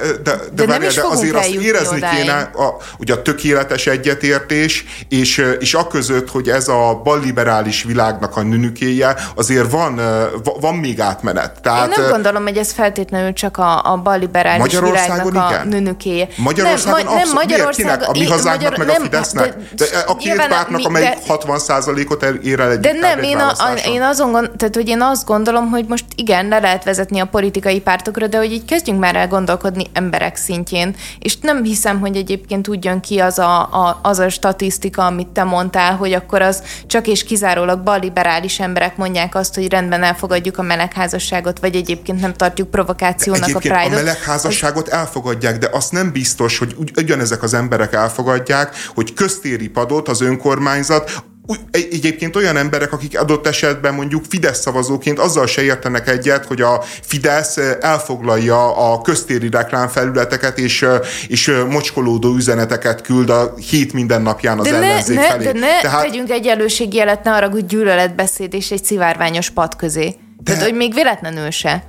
azért azt érezni kéne, ugye a tökéletes egyetértés, és aközött, hogy ez a balliberális világnak a nünükéje, azért van még átmenet. Tehát, én nem gondolom, hogy ez feltétlenül csak a balliberális világnak a nünükéje. Magyarországon Magyarországon a mi hazánknak meg a Fidesznek? De a két pártnak, amelyik 60%-ot ér el egy. De nem, én azt gondolom, hogy most igen, le lehet vezetni a politikai pártokra, de hogy így kezdjünk már el gondolkodni emberek szintjén. És nem hiszem, hogy egyébként úgy jön ki az a statisztika, amit te mondtál, hogy akkor az csak és kizárólag balliberális emberek mondják azt, hogy rendben elfogadjuk a melegházasságot, vagy egyébként nem tartjuk provokációnak egyébként a Pride-ot. A melegházasságot elfogadják, de azt nem biztos, hogy ugyanezek az emberek elfogadják, hogy köztéri padot az önkormányzat. Egyébként olyan emberek, akik adott esetben mondjuk Fidesz szavazóként azzal se értenek egyet, hogy a Fidesz elfoglalja a köztéri reklámfelületeket és mocskolódó üzeneteket küld a hét mindennapján az ellenzék felé. De ne tegyünk egyenlőségi jelet, ne arra, hogy gyűlöletbeszéd és egy szivárványos pad közé. Tehát, hogy még véletlenül se.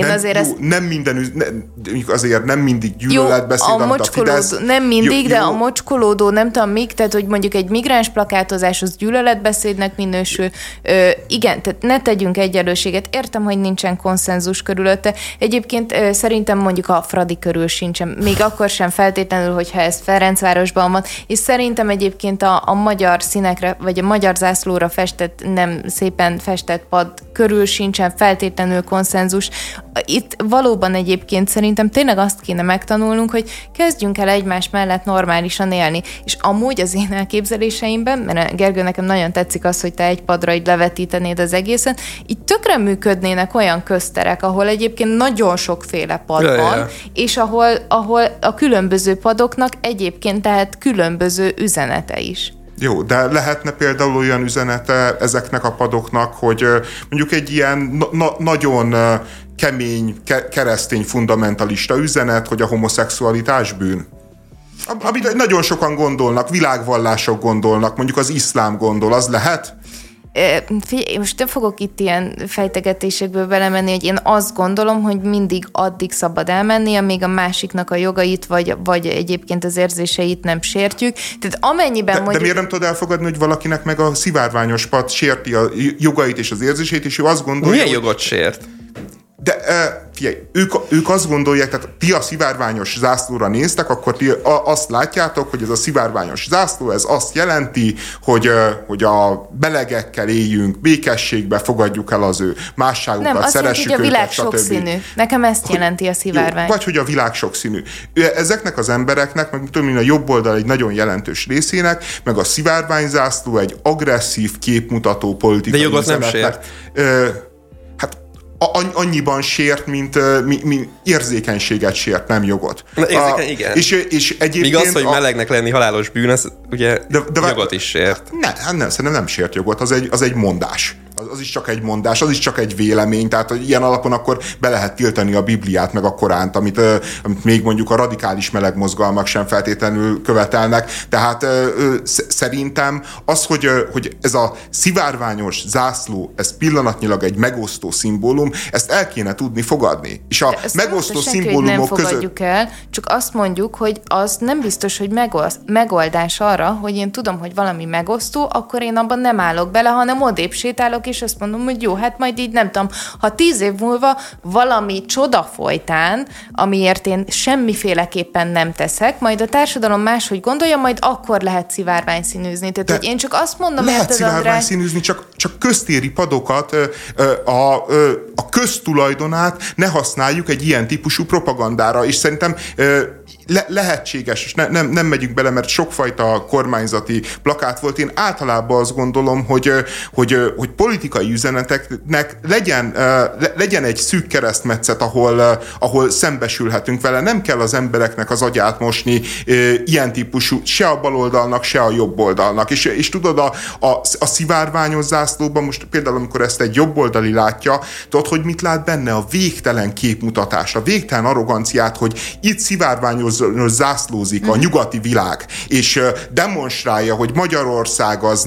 Azért nem mindig gyűlöletbeszéd, amit a Fidesz... Nem mindig, de a mocskolódó, nem tudom mik, tehát, hogy mondjuk egy migráns plakátozás, az gyűlöletbeszédnek minősül. Igen, tehát ne tegyünk egyenlőséget. Értem, hogy nincsen konszenzus körülötte. Egyébként szerintem mondjuk a Fradi körül sincsen. Még akkor sem feltétlenül, hogyha ez Ferencvárosban van. És szerintem egyébként a magyar színekre, vagy a magyar zászlóra festett, nem szépen festett pad körül sincsen feltétlenül konszenzus. Itt valóban egyébként szerintem tényleg azt kéne megtanulnunk, hogy kezdjünk el egymás mellett normálisan élni. És amúgy az én elképzeléseimben, mert Gergő, nekem nagyon tetszik az, hogy te egy padra így levetítenéd az egészen, így tökre működnének olyan közterek, ahol egyébként nagyon sokféle pad van, és ahol a különböző padoknak egyébként tehát különböző üzenete is. Jó, de lehetne például olyan üzenete ezeknek a padoknak, hogy mondjuk egy ilyen nagyon kemény, keresztény fundamentalista üzenet, hogy a homoszexualitás bűn. Amit nagyon sokan gondolnak, világvallások gondolnak, mondjuk az iszlám gondol, az lehet? Figyelj, most nem fogok itt ilyen fejtegetésekből belemenni, hogy én azt gondolom, hogy mindig addig szabad elmenni, amíg a másiknak a jogait, vagy egyébként az érzéseit nem sértjük. Tehát amennyiben de miért nem tudod elfogadni, hogy valakinek meg a szivárványos pad sérti a jogait és az érzéseit, és ő azt gondolja, milyen jogot sért? De figyelj, ők azt gondolják, tehát ti a szivárványos zászlóra néztek, akkor ti azt látjátok, hogy ez a szivárványos zászló, ez azt jelenti, hogy a belegekkel éljünk, békességbe fogadjuk el az ő másságukat, nem, szeressük jelenti, hogy a világ őket, sokszínű. Nekem ezt jelenti a szivárvány. Vagy hogy a világ sokszínű. Ezeknek az embereknek, meg tudom, a jobb oldal egy nagyon jelentős részének, meg a szivárványzászló egy agresszív képmutató politikai de jogot nem sért. Annyiban sért, mint érzékenységet sért, nem jogot. Igen. És egyébként... Míg az, hogy melegnek lenni halálos bűn, az ugye jogot is sért. Nem, szerintem nem sért jogot, az egy mondás. Az is csak egy mondás, az is csak egy vélemény, tehát hogy ilyen alapon akkor be lehet tiltani a Bibliát, meg a Koránt, amit még mondjuk a radikális meleg mozgalmak sem feltétlenül követelnek. Tehát szerintem az, hogy ez a szivárványos zászló, ez pillanatnyilag egy megosztó szimbólum, ezt el kéne tudni fogadni. És a megosztó szimbólumok között... fogadjuk el, csak azt mondjuk, hogy az nem biztos, hogy megoldás arra, hogy én tudom, hogy valami megosztó, akkor én abban nem állok bele, hanem odébb sétálok, és azt mondom, hogy jó, hát majd így nem tudom, ha 10 év múlva valami csoda folytán, amiért én semmiféleképpen nem teszek, majd a társadalom máshogy gondolja, majd akkor lehet szivárványszínűzni. Tehát, hogy én csak azt mondom, lehet szivárványszínűzni, csak köztéri padokat, a köztulajdonát ne használjuk egy ilyen típusú propagandára, és szerintem lehetséges, és nem megyünk bele, mert sokfajta kormányzati plakát volt. Én általában azt gondolom, hogy politikai üzeneteknek legyen egy szűk keresztmetszet, ahol szembesülhetünk vele. Nem kell az embereknek az agyát mosni ilyen típusú, se a baloldalnak, se a jobboldalnak. És tudod, a szivárványos zászlóban most például, amikor ezt egy jobboldali látja, tudod, hogy mit lát benne? A végtelen képmutatás, a végtelen arroganciát, hogy itt szivárványos zászlózik a nyugati világ, és demonstrálja, hogy Magyarország az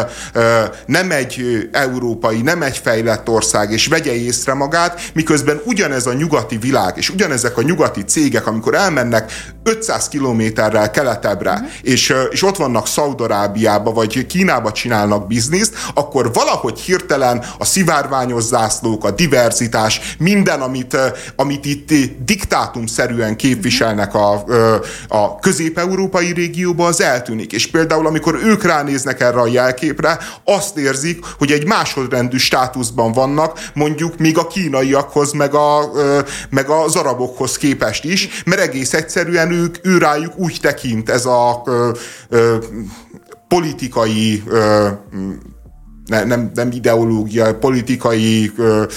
nem egy európai, nem egy fejlett ország, és vegye észre magát, miközben ugyanez a nyugati világ, és ugyanezek a nyugati cégek, amikor elmennek 500 kilométerrel keletebbre, és ott vannak Szaúd-Arábiába, vagy Kínába csinálnak bizniszt, akkor valahogy hirtelen a szivárványos zászlók, a diverzitás, minden, amit itt diktátumszerűen képviselnek a közép-európai régióban, az eltűnik. És például, amikor ők ránéznek erre a jelképre, azt érzik, hogy egy másodrendű státuszban vannak, mondjuk még a kínaiakhoz, meg az arabokhoz képest is, mert egész egyszerűen ő rájuk úgy tekint ez a politikai, nem ideológia, politikai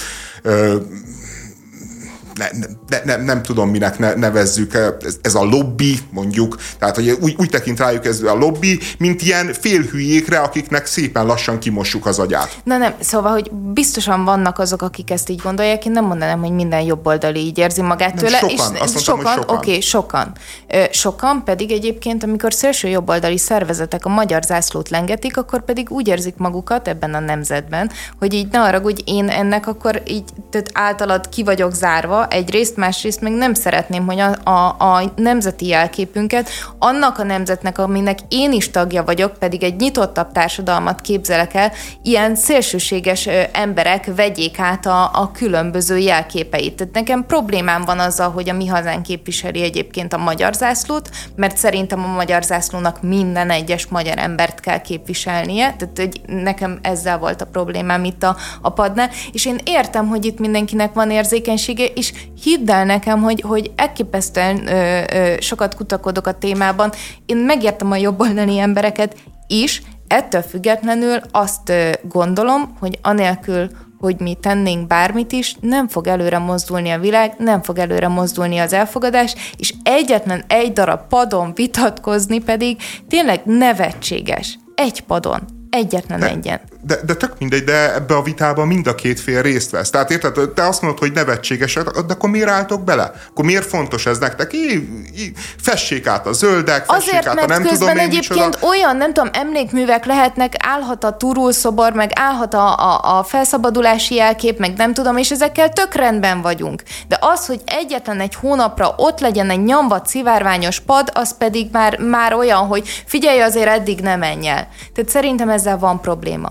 nem tudom, minek nevezzük, ez a lobby, mondjuk, tehát hogy úgy tekint rájuk ez a lobby, mint ilyen félhülyékre, akiknek szépen lassan kimossuk az agyát. Nem, szóval, hogy biztosan vannak azok, akik ezt így gondolják, én nem mondanám, hogy minden jobboldali így érzi magát tőle. Sokan. Sokan pedig egyébként, amikor szélső jobboldali szervezetek a magyar zászlót lengetik, akkor pedig úgy érzik magukat ebben a nemzetben, hogy így ne haragudj, én ennek akkor így általad ki vagyok zárva, egyrészt, másrészt meg nem szeretném, hogy a nemzeti jelképünket annak a nemzetnek, aminek én is tagja vagyok, pedig egy nyitottabb társadalmat képzelek el, ilyen szélsőséges emberek vegyék át a különböző jelképeit. Tehát nekem problémám van azzal, hogy a Mi Hazánk képviseli egyébként a magyar zászlót, mert szerintem a magyar zászlónak minden egyes magyar embert kell képviselnie, tehát hogy nekem ezzel volt a problémám itt a padnál, és én értem, hogy itt mindenkinek van érzékenysége, és hidd el nekem, hogy elképesztően sokat kutakodok a témában. Én megértem a jobboldali embereket is, ettől függetlenül azt gondolom, hogy anélkül, hogy mi tennénk bármit is, nem fog előre mozdulni a világ, nem fog előre mozdulni az elfogadás, és egyetlen egy darab padon vitatkozni pedig tényleg nevetséges. Egy padon. Egyetlen egyen. De tök mindegy, de ebbe a vitában mind a két fél részt vesz. Tehát érted, te azt mondod, hogy nevetséges, de akkor miért álltok bele? Akkor miért fontos ez nektek? Fessék át a zöldek, fessék át a nem tudom én egyébként micsoda. Olyan, nem tudom, emlékművek lehetnek, állhat a Turul-szobor, meg állhat a felszabadulási jelkép, meg nem tudom, és ezekkel tök rendben vagyunk. De az, hogy egyetlen egy hónapra ott legyen egy nyomvat szivárványos pad, az pedig már olyan, hogy figyelj, azért eddig nem menj el. Tehát szerintem ezzel van probléma.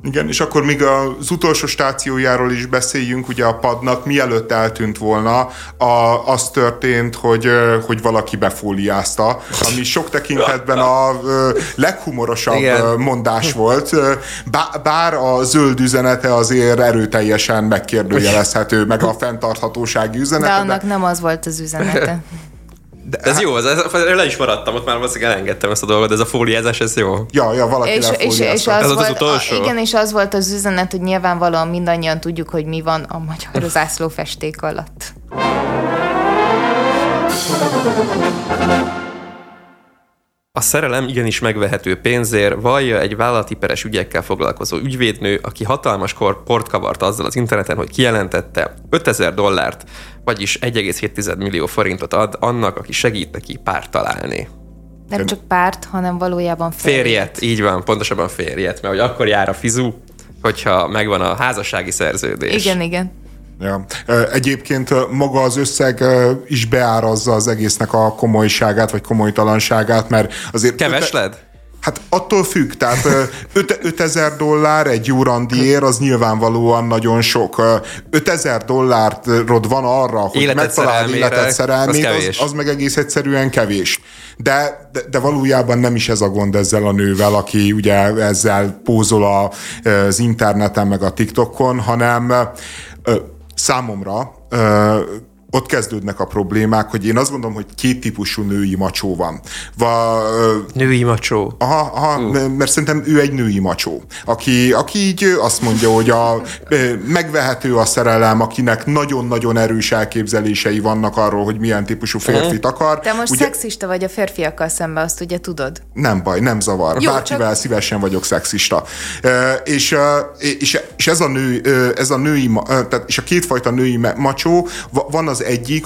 Igen, és akkor még az utolsó stációjáról is beszéljünk, ugye a padnak, mielőtt eltűnt volna, az történt, hogy valaki befóliázta, ami sok tekintetben a leghumorosabb mondás volt, bár a zöld üzenete azért erőteljesen megkérdőjelezhető, meg a fenntarthatósági üzenete. De annak nem az volt az üzenete. De ez jó, le is maradtam, ott már valószínűleg elengedtem ezt a dolgot, de ez a fóliázás, ez jó. Ja, valaki lefóliázta. Ez az utolsó? Igen, és az volt az üzenet, hogy nyilvánvalóan mindannyian tudjuk, hogy mi van a magyar zászlófesték alatt. A szerelem igenis megvehető pénzért, vallja egy vállalati peres ügyekkel foglalkozó ügyvédnő, aki hatalmas port kavart azzal az interneten, hogy kijelentette $5000, vagyis 1,7 millió forintot ad annak, aki segít neki párt találni. Nem csak párt, hanem valójában férjet. Így van, pontosabban férjet, mert hogy akkor jár a fizu, hogyha megvan a házassági szerződés. Igen. Ja. Egyébként maga az összeg is beárazza az egésznek a komolyságát, vagy komolytalanságát, mert azért... Kevesled? Hát attól függ, tehát $5000 egy jó randiér, az nyilvánvalóan nagyon sok. $5000 van arra, hogy megtaláld életed szerelmét, az meg egész egyszerűen kevés. De valójában nem is ez a gond ezzel a nővel, aki ugye ezzel pózol az interneten, meg a TikTokon, hanem számomra ott kezdődnek a problémák, hogy én azt gondolom, hogy két típusú női macsó van. Női macsó? Aha, mert szerintem ő egy női macsó, aki így azt mondja, hogy megvehető a szerelem, akinek nagyon-nagyon erős elképzelései vannak arról, hogy milyen típusú férfit akar. Te most ugye, szexista vagy a férfiakkal szemben, azt ugye tudod? Nem baj, nem zavar. Jó, bárkivel szívesen vagyok szexista. És ez a női, tehát, és a kétfajta női macsó, van az egyik,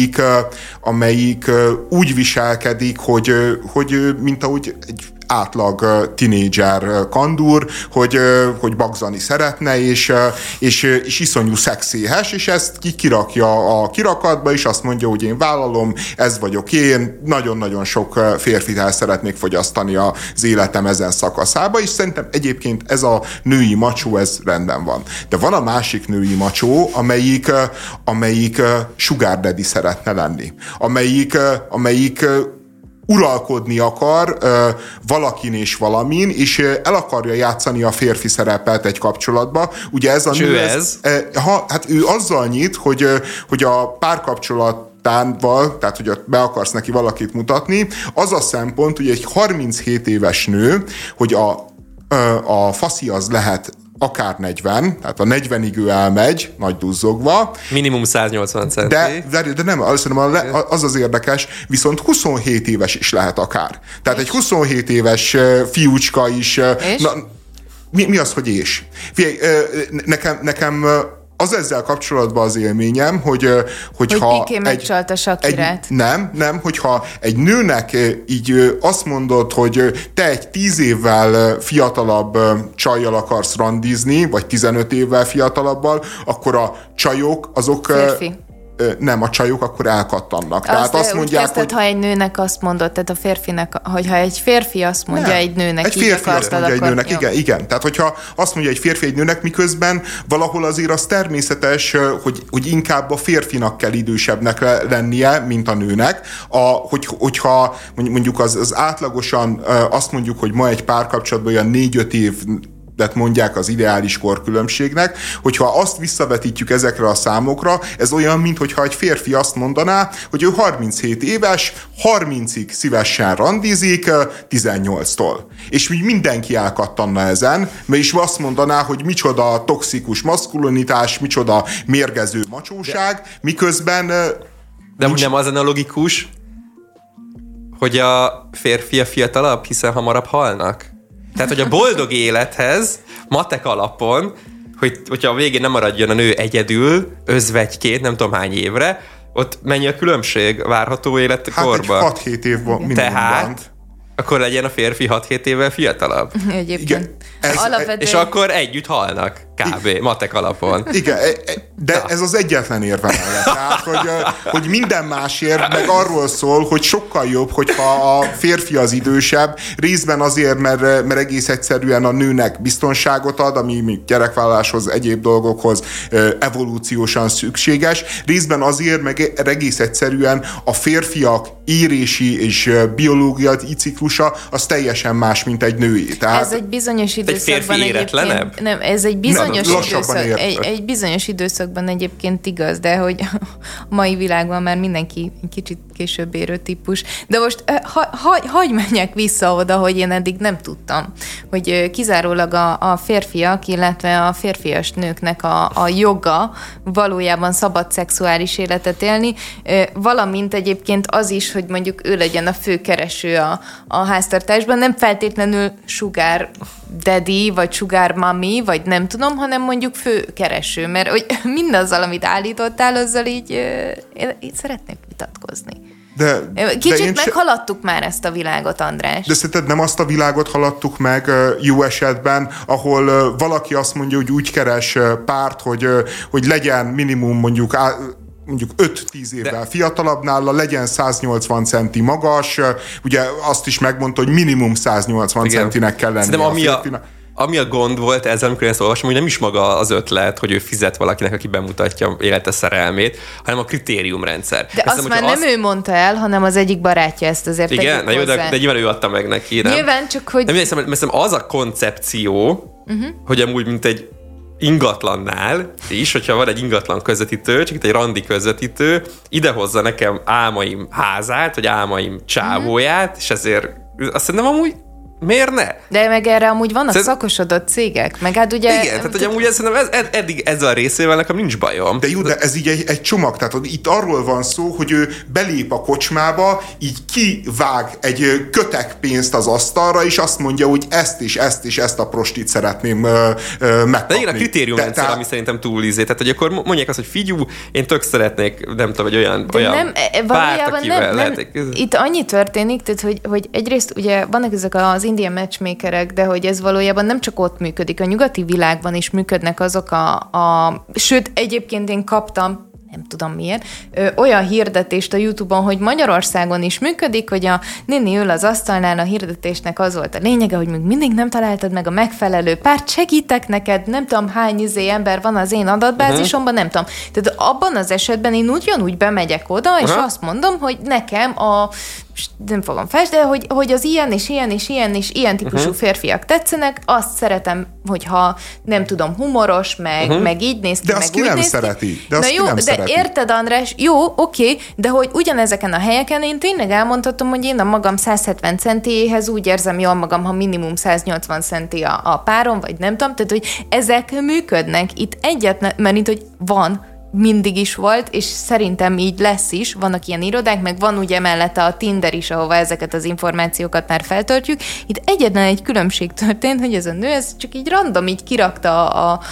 amelyik úgy viselkedik, hogy mint ahogy egy átlag tinédzser kandúr, hogy bagzani szeretne, és iszonyú szexéhes, és ezt kirakja a kirakatba, és azt mondja, hogy én vállalom, ez vagyok én, nagyon-nagyon sok férfit el szeretnék fogyasztani az életem ezen szakaszába, és szerintem egyébként ez a női macsó, ez rendben van. De van a másik női macsó, amelyik sugar daddy szeretne lenni. Amelyik uralkodni akar valakin és valamin, és el akarja játszani a férfi szerepet egy kapcsolatba. Ugye ez a nő, hát ő azzal nyit, hogy a párkapcsolat tehát, hogy be akarsz neki valakit mutatni, az a szempont, hogy egy 37 éves nő, hogy a faszi az lehet akár 40, tehát a 40-ig ő elmegy, nagy duzzogva. Minimum 180 centi. De nem, az érdekes, viszont 27 éves is lehet akár. Tehát egy 27 éves fiúcska is... Mi az, hogy és? Figyelj, nekem az ezzel kapcsolatban az élményem, hogy Piqué megcsalta Shakirát. Nem, hogyha egy nőnek így azt mondod, hogy te egy 10 évvel fiatalabb csajjal akarsz randizni, vagy 15 évvel fiatalabbal, akkor a csajok azok... Férfi. Nem, a csajok akkor elkattannak. Tehát azt mondják, kezdted, ha egy nőnek azt mondod, tehát a férfinek, hogyha egy férfi azt mondja egy nőnek, egy férfi azt mondja egy nőnek, igen. Tehát, hogyha azt mondja egy férfi egy nőnek, miközben valahol azért az természetes, hogy inkább a férfinak kell idősebbnek lennie, mint a nőnek. Hogyha mondjuk az átlagosan azt mondjuk, hogy ma egy párkapcsolatban olyan 4-5 év mondják az ideális korkülönbségnek, hogyha azt visszavetítjük ezekre a számokra, ez olyan, mintha egy férfi azt mondaná, hogy ő 37 éves, 30-ig szívesen randizik 18-tól. És mindenki elkattanna ezen, mert is azt mondaná, hogy micsoda toxikus maszkulinitás, micsoda mérgező macsóság, miközben... De nem az a logikus, hogy a férfi a fiatalabb, hiszen hamarabb halnak? Tehát, hogy a boldog élethez, matek alapon, hogyha a végén nem maradjon a nő egyedül, özvegyként, nem tudom hány évre, ott mennyi a különbség várható életkorban? Hát egy 6-7 évben minimumban. Tehát, akkor legyen a férfi 6-7 évvel fiatalabb. Egyébként. És akkor együtt halnak. kb. Matek alapon. Igen, de ez az egyetlen érve mellett. Tehát, hogy minden más érv meg arról szól, hogy sokkal jobb, hogyha a férfi az idősebb, részben azért, mert egész egyszerűen a nőnek biztonságot ad, ami gyerekvállaláshoz, egyéb dolgokhoz evolúciósan szükséges, részben azért, meg egész egyszerűen a férfiak érési és biológiai ciklusa az teljesen más, mint egy női. Tehát ez egy bizonyos időszakban egyébként... Nem, ez egy bizonyos időszakban egyébként igaz, de hogy a mai világban már mindenki kicsit később érő típus. De most hagyj menjek vissza oda, hogy én eddig nem tudtam, hogy kizárólag a férfiak, illetve a férfias nőknek a joga valójában szabad szexuális életet élni, valamint egyébként az is, hogy mondjuk ő legyen a főkereső a háztartásban, nem feltétlenül sugar daddy, vagy sugar mommy, vagy nem tudom, hanem mondjuk főkereső, mert hogy mindazzal, amit állítottál, azzal így szeretnék vitatkozni. Kicsit meghaladtuk már ezt a világot, András. De szerinted nem azt a világot haladtuk meg jó esetben, ahol valaki azt mondja, hogy úgy keres párt, hogy legyen minimum mondjuk 5-10 évvel fiatalabb nála, legyen 180 centi magas, ugye azt is megmondta, hogy minimum 180 centinek kell lennie a férfinak. Ami a gond volt ezzel, amikor én ezt olvasom, hogy nem is maga az ötlet, hogy ő fizet valakinek, aki bemutatja élete szerelmét, hanem a kritériumrendszer. De azt már nem ő mondta el, hanem az egyik barátja, ezt azért igen, na jó, de nyilván ő adta meg neki, nem? Nyilván, csak hogy... Nem hiszem, az a koncepció, hogy amúgy mint egy ingatlannál is, hogyha van egy ingatlan közvetítő, csak itt egy randi közvetítő, idehozza nekem álmaim házát, vagy álmaim csávóját, és ezért azt szerintem amúgy miért ne? De meg erre amúgy vannak szakosodott cégek, meg hát ugye... Igen, tehát hogy amúgy eddig ezzel a részével nekem nincs bajom. De jó, de ez így egy csomag, tehát itt arról van szó, hogy ő belép a kocsmába, így kivág egy kötek pénzt az asztalra, és azt mondja, hogy ezt a prostit szeretném megkapni. De igen, a kritériumrendszer, ami szerintem túl tehát hogy akkor mondják azt, hogy figyú, én tök szeretnék, nem tudom, egy olyan párt, akivel lehet... Itt annyi történik, tehát, hogy egyrészt ugye vannak ezek az Indian matchmakerek, de hogy ez valójában nem csak ott működik, a nyugati világban is működnek azok sőt, egyébként én kaptam, nem tudom miért, olyan hirdetést a YouTube-on, hogy Magyarországon is működik, hogy a néni ül az asztalnál, a hirdetésnek az volt a lényege, hogy még mindig nem találtad meg a megfelelő párt, segítek neked, nem tudom hány ember van az én adatbázisomban, nem tudom. Tehát abban az esetben én ugyanúgy bemegyek oda, és azt mondom, hogy nekem nem fogom fel, de hogy az ilyen és ilyen és ilyen és ilyen típusú férfiak tetszenek, azt szeretem, hogyha nem tudom, humoros, meg így néz ki, de azt ki nem szereti. Érted, András? Jó, oké, de hogy ugyanezeken a helyeken én tényleg elmondhatom, hogy én a magam 170 centiéhez úgy érzem jól magam, ha minimum 180 centi a párom, vagy nem tudom, tehát hogy ezek működnek. Itt egyetlen, mert itt, hogy van, mindig is volt, és szerintem így lesz is, vannak ilyen irodák, meg van ugye mellette a Tinder is, ahova ezeket az információkat már feltöltjük. Itt egyetlen egy különbség történt, hogy ez a nő, ez csak így random így kirakta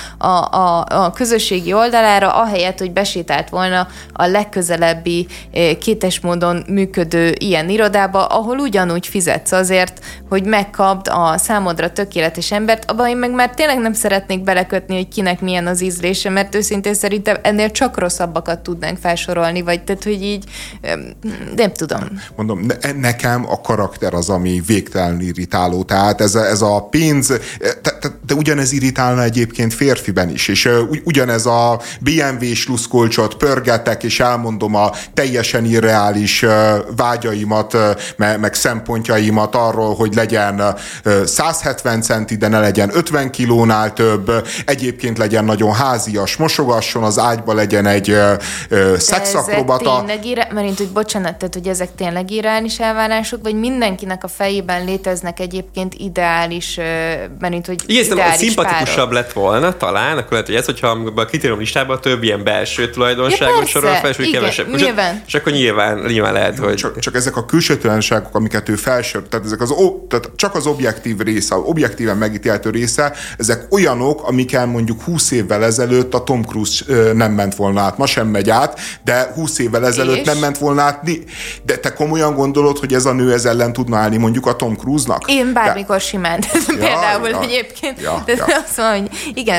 a közösségi oldalára, ahelyett, hogy besétált volna a legközelebbi kétes módon működő ilyen irodába, ahol ugyanúgy fizetsz azért, hogy megkapd a számodra tökéletes embert, abban én meg már tényleg nem szeretnék belekötni, hogy kinek milyen az ízlése, mert őszintén szerintem ennél csak rosszabbakat tudnánk felsorolni, vagy tehát, hogy így nem tudom. Mondom, nekem a karakter az, ami végtelen irritáló. Tehát ez a pénz, de ugyanez irritálna egyébként férfiben is, és ugyanez a BMW-s luszkolcsot pörgetek, és elmondom a teljesen irreális vágyaimat, meg szempontjaimat arról, hogy legyen 170 centi, de ne legyen 50 kilónál több, egyébként legyen nagyon házias, mosogasson, az ágyba legyen egy szexakrobata. Mert hogy bocsánat, tehát hogy ezek tényleg irreális elvárások, vagy mindenkinek a fejében léteznek egyébként ideális, mert hogy ideális szimpatikusabb párok lett volna talán, akkor lehet, hogy ez, hogyha a kritérium listában több ilyen belső tulajdonságot sorol fel, és hogy kevesebb. És akkor nyilván lehet, hogy... Csak ezek a külső tulajdonságok, amiket ő felsor, tehát ezek tehát csak az objektív része, objektíven megítélhető része, ezek olyanok, amiken mondjuk 20 évvel ezelőtt a Tom Cruise nem ment volna át. Ma sem megy át, de 20 évvel ezelőtt nem ment volna át. De te komolyan gondolod, hogy ez a nő ez ellen tudna állni mondjuk a Tom Cruise-nak? Én bármikor simán. Például egyébként. Azt mondom, hogy igen.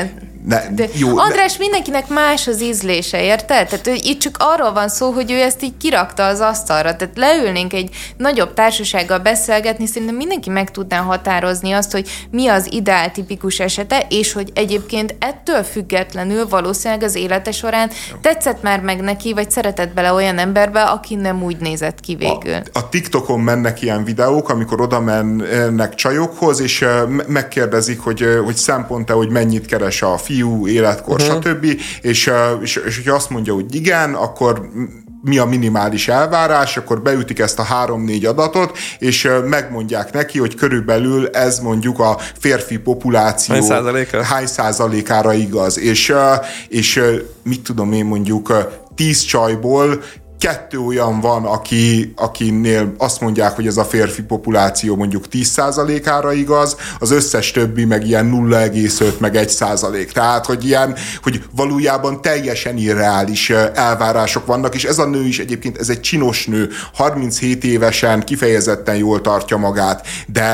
Jó, András, mindenkinek más az ízlése, érted? Tehát itt csak arról van szó, hogy ő ezt így kirakta az asztalra. Tehát leülnénk egy nagyobb társasággal beszélgetni, szerintem mindenki meg tudná határozni azt, hogy mi az ideál tipikus esete, és hogy egyébként ettől függetlenül valószínűleg az élete során tetszett már meg neki, vagy szeretett bele olyan emberbe, aki nem úgy nézett ki végül. A TikTokon mennek ilyen videók, amikor oda mennek csajokhoz, és megkérdezik, hogy szempont-e, hogy mennyit keres a fiú, életkor, stb. És hogyha azt mondja, hogy igen, akkor mi a minimális elvárás, akkor beütik ezt a 3-4 adatot, és megmondják neki, hogy körülbelül ez mondjuk a férfi populáció hány százalékára igaz. És mit tudom én, mondjuk 10 csajból 2 olyan van, akinél azt mondják, hogy ez a férfi populáció mondjuk 10%-ára igaz, az összes többi meg ilyen 0,5 meg 1%. Tehát, hogy valójában teljesen irreális elvárások vannak, és ez a nő is egyébként, ez egy csinos nő, 37 évesen kifejezetten jól tartja magát,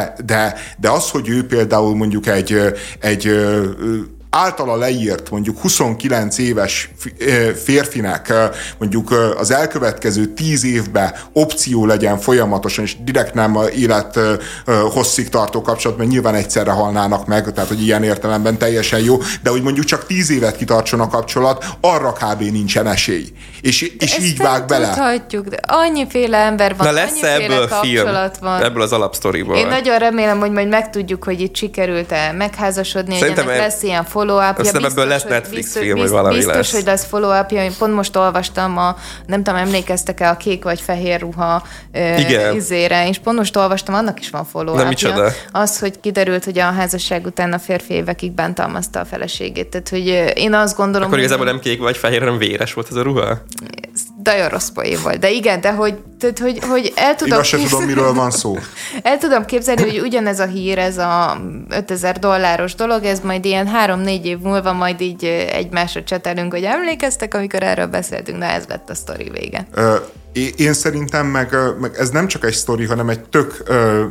de az, hogy ő például mondjuk egy általa leírt mondjuk 29 éves férfinek mondjuk az elkövetkező 10 évben opció legyen folyamatosan, és direkt nem élet hosszig tartó kapcsolat, mert nyilván egyszerre halnának meg, tehát hogy ilyen értelemben teljesen jó, de hogy mondjuk csak 10 évet kitartson a kapcsolat, arra kb. Nincsen esély. És így vág bele. Tudhatjuk, de annyiféle ember van, annyiféle kapcsolat van. Ebből az alapsztoriból. Én nagyon remélem, hogy majd megtudjuk, hogy itt sikerült-e megházasodni, hogy ennek lesz ilyen follow-upja. Ebből lesz Netflix film, vagy valami biztos, lesz. hogy lesz follow-upja. Én pont most olvastam nem tudom, emlékeztek-e a kék vagy fehér ruha izére, és pont most olvastam, annak is van follow-upja. Az, hogy kiderült, hogy a házasság után a férfi évekig bántalmazta a feleségét. Tehát, hogy én azt gondolom, akkor igazából nem kék vagy fehér, hanem véres volt ez a ruha? Nagyon rossz poén volt. De igen, de hogy el tudom Igaz, se tudom, miről van szó. El tudom képzelni, hogy ugyanez a hír, ez a $5000 dolog, ez majd ilyen 3-4 év múlva majd így egymásra csetelünk, hogy emlékeztek, amikor erről beszéltünk, na ez lett a sztori vége. Én szerintem meg ez nem csak egy sztori, hanem egy tök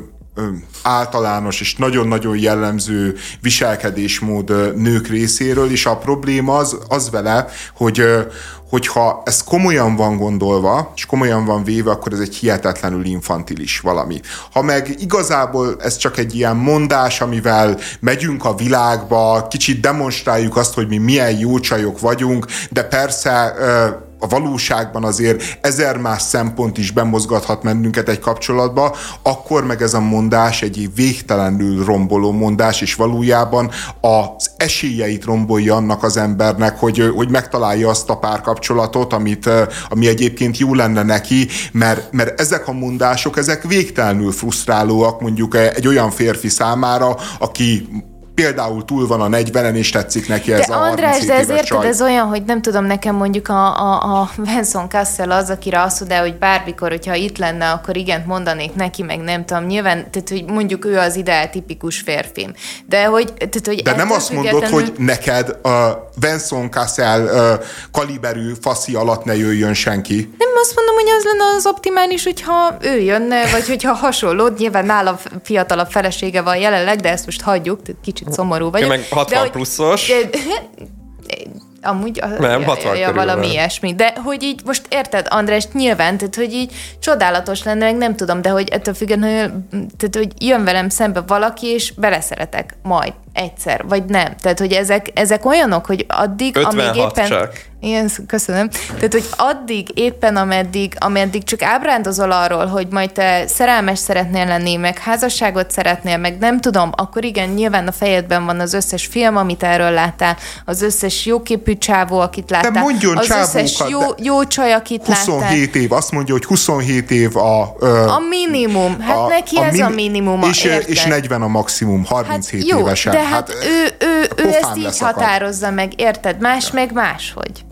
általános és nagyon-nagyon jellemző viselkedésmód nők részéről, és a probléma az vele, hogyha ez komolyan van gondolva, és komolyan van véve, akkor ez egy hihetetlenül infantilis valami. Ha meg igazából ez csak egy ilyen mondás, amivel megyünk a világba, kicsit demonstráljuk azt, hogy mi milyen jó csajok vagyunk, de persze a valóságban azért 1000 más szempont is bemozgathat bennünket egy kapcsolatba, akkor meg ez a mondás egy végtelenül romboló mondás, és valójában az esélyeit rombolja annak az embernek, hogy megtalálja azt a párkapcsolatot, ami egyébként jó lenne neki, mert ezek a mondások, ezek végtelenül frusztrálóak mondjuk egy olyan férfi számára, aki például túl van a 40-en, és tetszik neki ez de a 37 András, de ez éves érted, csaj. ez olyan, hogy nem tudom, nekem mondjuk a Vincent Cassel az, akire azt mondja, hogy bármikor, hogyha itt lenne, akkor igent mondanék neki, meg nem tudom, nyilván, tehát, hogy mondjuk ő az ideál tipikus férfim. De nem azt mondod, hogy neked a Vincent Cassel kaliberű faszi alatt ne jöjjön senki. Nem azt mondom, hogy az lenne az optimális, hogyha ő jönne, vagy hogyha hasonló, nyilván nálam fiatalabb felesége van jelenleg, de ezt most hagyjuk, kicsit szomorú vagyok. Meg 60 pluszos. Amúgy nem, 60 körül valami van. ilyesmi. De hogy így most érted, András, nyilván, tehát hogy így csodálatos lenne, meg nem tudom, de hogy ettől függetlenül, tehát hogy jön velem szembe valaki, és beleszeretek majd egyszer, vagy nem. Tehát, hogy ezek olyanok, hogy addig, amíg éppen... csak. Igen, köszönöm. Tehát, hogy addig éppen, ameddig csak ábrándozol arról, hogy majd te szerelmes szeretnél lenni, meg házasságot szeretnél, meg nem tudom, akkor igen, nyilván a fejedben van az összes film, amit erről láttál, az összes jóképű csávó, akit láttál. De mondjon az csávókat, összes jó csaj, akit 27 láttál. év, azt mondja, hogy 27 év a minimum. Hát neki ez a minimum. És 40 a maximum, 37 jó, évesen. De hát ő ezt így leszakad. határozza meg, érted? Más meg máshogy.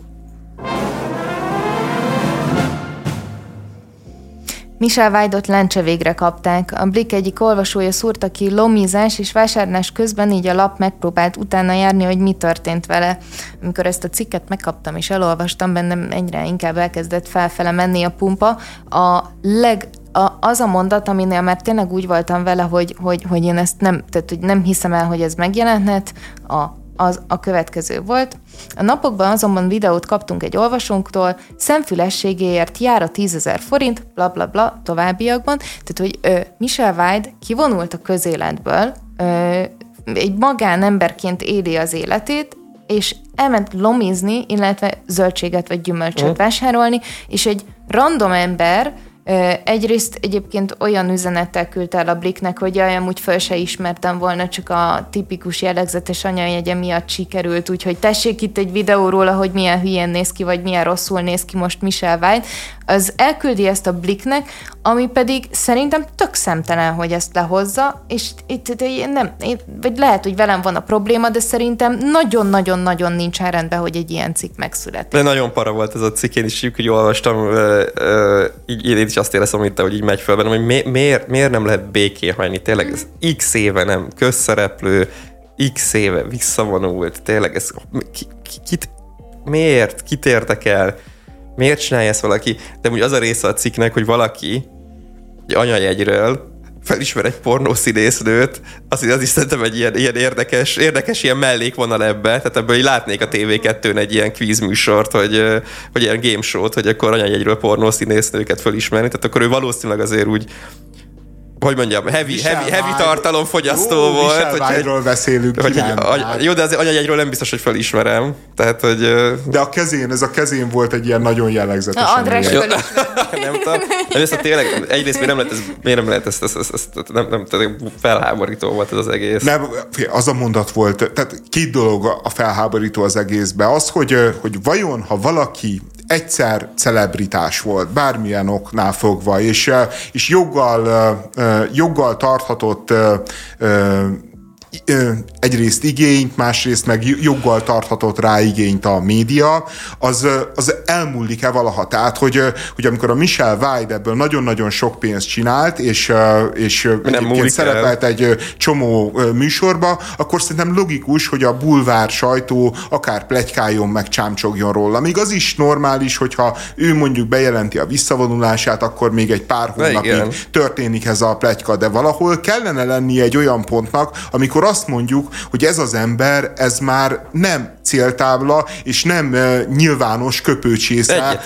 Michelle White-ot lencse végre kapták. A Blick egyik olvasója szúrta ki lomizás és vásárlás közben, így a lap megpróbált utána járni, hogy mi történt vele. Amikor ezt a cikket megkaptam és elolvastam, bennem egyre inkább elkezdett felfele menni a pumpa. Az a mondat, aminél már tényleg úgy voltam vele, hogy én ezt nem hiszem el, hogy ez megjelenthet, a a következő volt. A napokban azonban videót kaptunk egy olvasónktól, szemfülességéért jár a 10 000 forint, bla bla bla, továbbiakban. Tehát, hogy Michelle Weid kivonult a közéletből, egy magánemberként éli az életét, és elment lomizni, illetve zöldséget vagy gyümölcsöt vásárolni, és egy random ember egyrészt egyébként olyan üzenettel küldte el a Blicknek, hogy jaj, amúgy föl se ismertem volna, csak a tipikus jellegzetes anyajegye miatt sikerült, úgyhogy tessék itt egy videó róla, hogy milyen hülyén néz ki, vagy milyen rosszul néz ki most Michelle Weid, az elküldi ezt a Blicknek, ami pedig szerintem tök szemtelen, hogy ezt lehozza, és itt nem, vagy lehet, hogy velem van a probléma, de szerintem nagyon-nagyon-nagyon nincsen rendben, hogy egy ilyen cikk megszületik. De nagyon para volt ez a cikk, én is így olvastam, én is azt éreztem, hogy így megy fel bennem, hogy miért nem lehet békén hagyni, tényleg ez x éve nem közszereplő, x éve visszavonult, tényleg ez miért? Kit érdekel? Miért csinálja ezt valaki? De úgy az a része a cikknek, hogy valaki egy anyajegyről felismer egy pornószínésznőt, az is szerintem egy ilyen érdekes ilyen mellékvonal ebbe, tehát ebből így látnék a TV2-n egy ilyen quiz műsort, hogy ilyen game show-t, hogy akkor anyajegyről pornószínésznőket felismerni, tehát akkor ő valószínűleg azért úgy, hogy mondjam, heavy tartalomfogyasztó volt. Michelle Weidról beszélünk. Jó, de az anyajegyről nem biztos, hogy felismerem. Tehát, hogy... De ez a kezén volt egy ilyen nagyon jellegzetes. András felismerem. Nem tudom. De ezt tényleg, egyrészt miért nem lehet ezt nem felháborító volt ez az egész. Nem, az a mondat volt, tehát két dolog a felháborító az egészben. Az, hogy vajon, ha valaki egyszer celebritás volt, bármilyen oknál fogva, és joggal tarthatott egyrészt igényt, másrészt meg joggal tarthatott rá igényt a média, az elmúlik-e valaha? Tehát, hogy amikor a Michelle Weid ebből nagyon-nagyon sok pénzt csinált, és egyébként szerepelt egy csomó műsorba, akkor szerintem logikus, hogy a bulvár sajtó akár pletykáljon, meg csámcsogjon róla. Még az is normális, hogyha ő mondjuk bejelenti a visszavonulását, akkor még egy pár hónapig történik ez a pletyka, de valahol kellene lennie egy olyan pontnak, amikor azt mondjuk, hogy ez az ember, ez már nem céltábla, és nem nyilvános köpőcsésze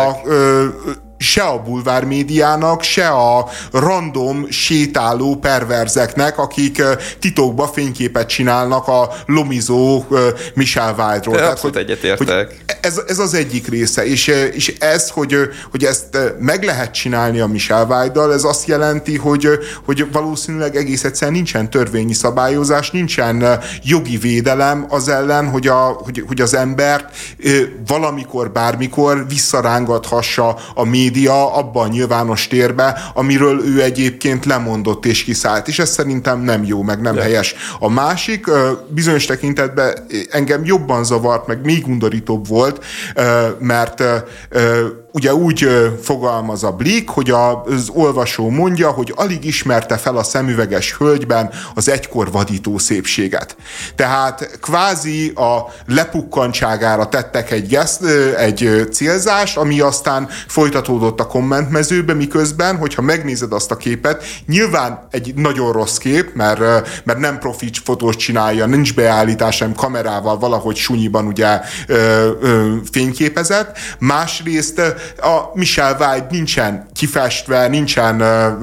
se a bulvár médiának, se a random sétáló perverzeknek, akik titokba fényképet csinálnak a lomizó Michelle Weidról. Abszolút egyetértek. Ez az egyik része, és ez, hogy ezt meg lehet csinálni a Michelle Weiddal, ez azt jelenti, hogy valószínűleg egész egyszerűen nincsen törvényi szabályozás, nincsen jogi védelem az ellen, hogy az embert valamikor, bármikor visszarángathassa a média abba a nyilvános térbe, amiről ő egyébként lemondott és kiszállt. És ez szerintem nem jó, meg nem helyes. A másik bizonyos tekintetben engem jobban zavart, meg még undorítóbb volt, mert ugye úgy fogalmaz a Blick, hogy az olvasó mondja, hogy alig ismerte fel a szemüveges hölgyben az egykor vadító szépséget. Tehát kvázi a lepukkantságára tettek egy célzást, ami aztán folytatódott a kommentmezőbe, miközben, hogyha megnézed azt a képet, nyilván egy nagyon rossz kép, mert nem profi fotós csinálja, nincs beállítás, sem kamerával valahogy sunyiban ugye fényképezett. Másrészt a Michelle Weid nincsen kifestve, nincsen,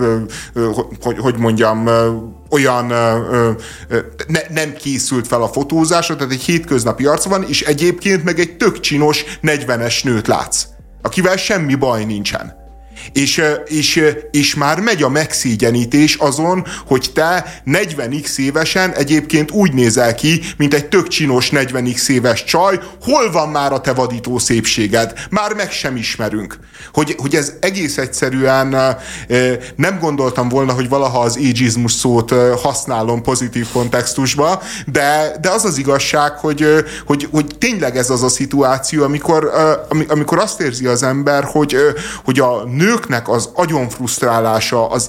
hogy mondjam, olyan nem készült fel a fotózásra, tehát egy hétköznapi arca van, és egyébként meg egy tök csinos 40-es nőt látsz, akivel semmi baj nincsen. És már megy a megszégyenítés azon, hogy te 40x évesen egyébként úgy nézel ki, mint egy tök csinos 40x éves csaj, hol van már a te vadító szépséged? Már meg sem ismerünk. Hogy ez egész egyszerűen nem gondoltam volna, hogy valaha az ageizmus szót használom pozitív kontextusba, de az az igazság, hogy tényleg ez az a szituáció, amikor azt érzi az ember, hogy a nőknek az agyonfrusztrálása, az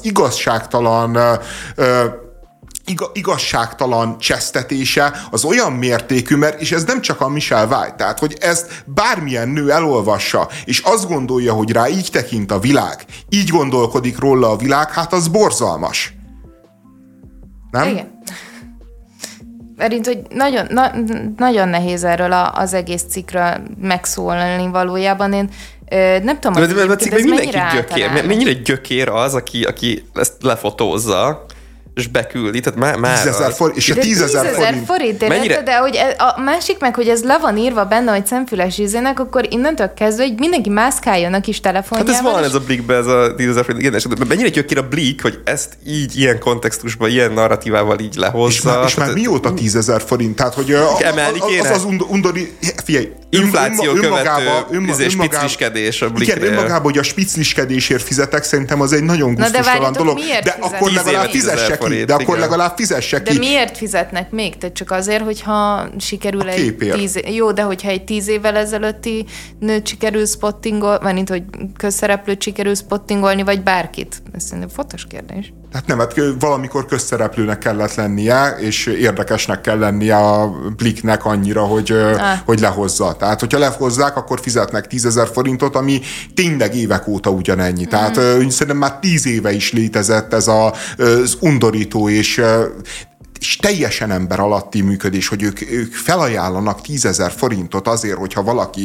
igazságtalan csesztetése az olyan mértékű, és ez nem csak a Michelle Weid, tehát hogy ezt bármilyen nő elolvassa, és azt gondolja, hogy rá így tekint a világ, így gondolkodik róla a világ, hát az borzalmas. Nem? Igen. Szerint, hogy nagyon nehéz erről az egész cikkről megszólalni valójában. Én nem tudom, hogy ez mennyire gyökér az, aki ezt lefotózza, és beküldi, tehát már 10 000 forint, és a 10 000 forint. Mennyire? De hogy a másik meg, hogy ez le van írva benne, hogy szemfüles izének, akkor innentől kezdve, hogy mindenki mászkáljon a kis telefonjával. Hát ez van, ez a Blickben, ez a 10 000 forint. Igen, mennyire gyökér a Blick, hogy ezt így, ilyen kontextusban, ilyen narratívával így lehozza. És már mióta 10 000 forint? Tehát, hogy emelni kéne? Az undori... Figyelj, infláció követő spicliskedés a Blickre. Igen, önmagában, hogy a spicliskedésért fizetek, szerintem az egy nagyon gusztustalan dolog. De akkor legalább fizesse ki. De akkor legalább fizesse ki. De miért fizetnek még? Tehát csak azért, hogyha sikerül egy 10... Jó, de hogyha egy 10 évvel ezelőtti nőt sikerül spottingolni, mert hogy közszereplőt sikerül spottingolni, vagy bárkit? Ez szerintem fontos kérdés. Hát nem, hát valamikor közszereplőnek kellett lennie, és érdekesnek kell lennie a Blicknek annyira, hogy lehozza. Tehát, hogyha lehozzák, akkor fizetnek 10 000 forintot, ami tényleg évek óta ugyanennyi. Tehát szerintem már 10 éve is létezett ez az undorító és teljesen ember alatti működés, hogy ők felajánlanak 10 000 forintot azért, hogyha valaki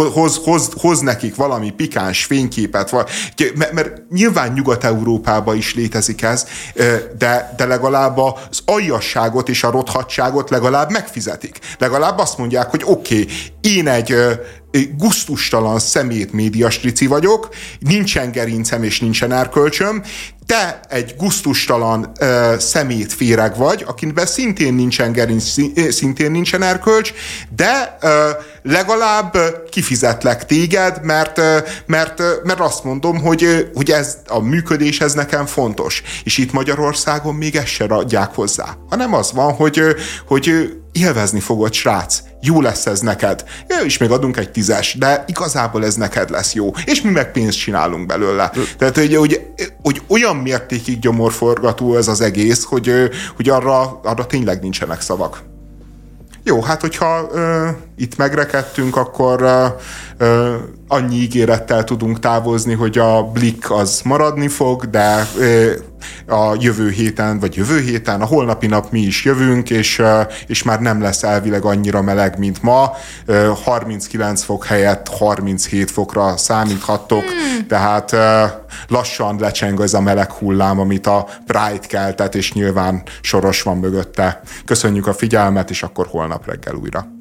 hoz nekik valami pikáns fényképet, mert nyilván Nyugat-Európában is létezik ez, de legalább az aljasságot és a rothadtságot legalább megfizetik. Legalább azt mondják, hogy oké, én egy gusztustalan szemét médiastrici vagyok, nincsen gerincem és nincsen erkölcsöm, te egy gusztustalan szemét féreg vagy, akiben szintén nincsen gerinc, szintén nincsen erkölcs, de legalább kifizetlek téged, mert azt mondom, hogy ez a működés, ez nekem fontos. És itt Magyarországon még ezt se adják hozzá. Hanem az van, hogy élvezni fogod, srác. Jó lesz ez neked. És még adunk egy 10-es, de igazából ez neked lesz jó. És mi meg pénzt csinálunk belőle. Tehát, hogy olyan mértékig gyomorforgató ez az egész, hogy arra tényleg nincsenek szavak. Jó, hát hogyha itt megrekedtünk, akkor annyi ígérettel tudunk távozni, hogy a Blick az maradni fog, de a jövő héten, a holnapi nap mi is jövünk, és már nem lesz elvileg annyira meleg, mint ma. 39 fok helyett 37 fokra számíthattok, tehát lassan lecseng ez a meleg hullám, amit a Pride keltett, és nyilván Soros van mögötte. Köszönjük a figyelmet, és akkor holnap reggel újra.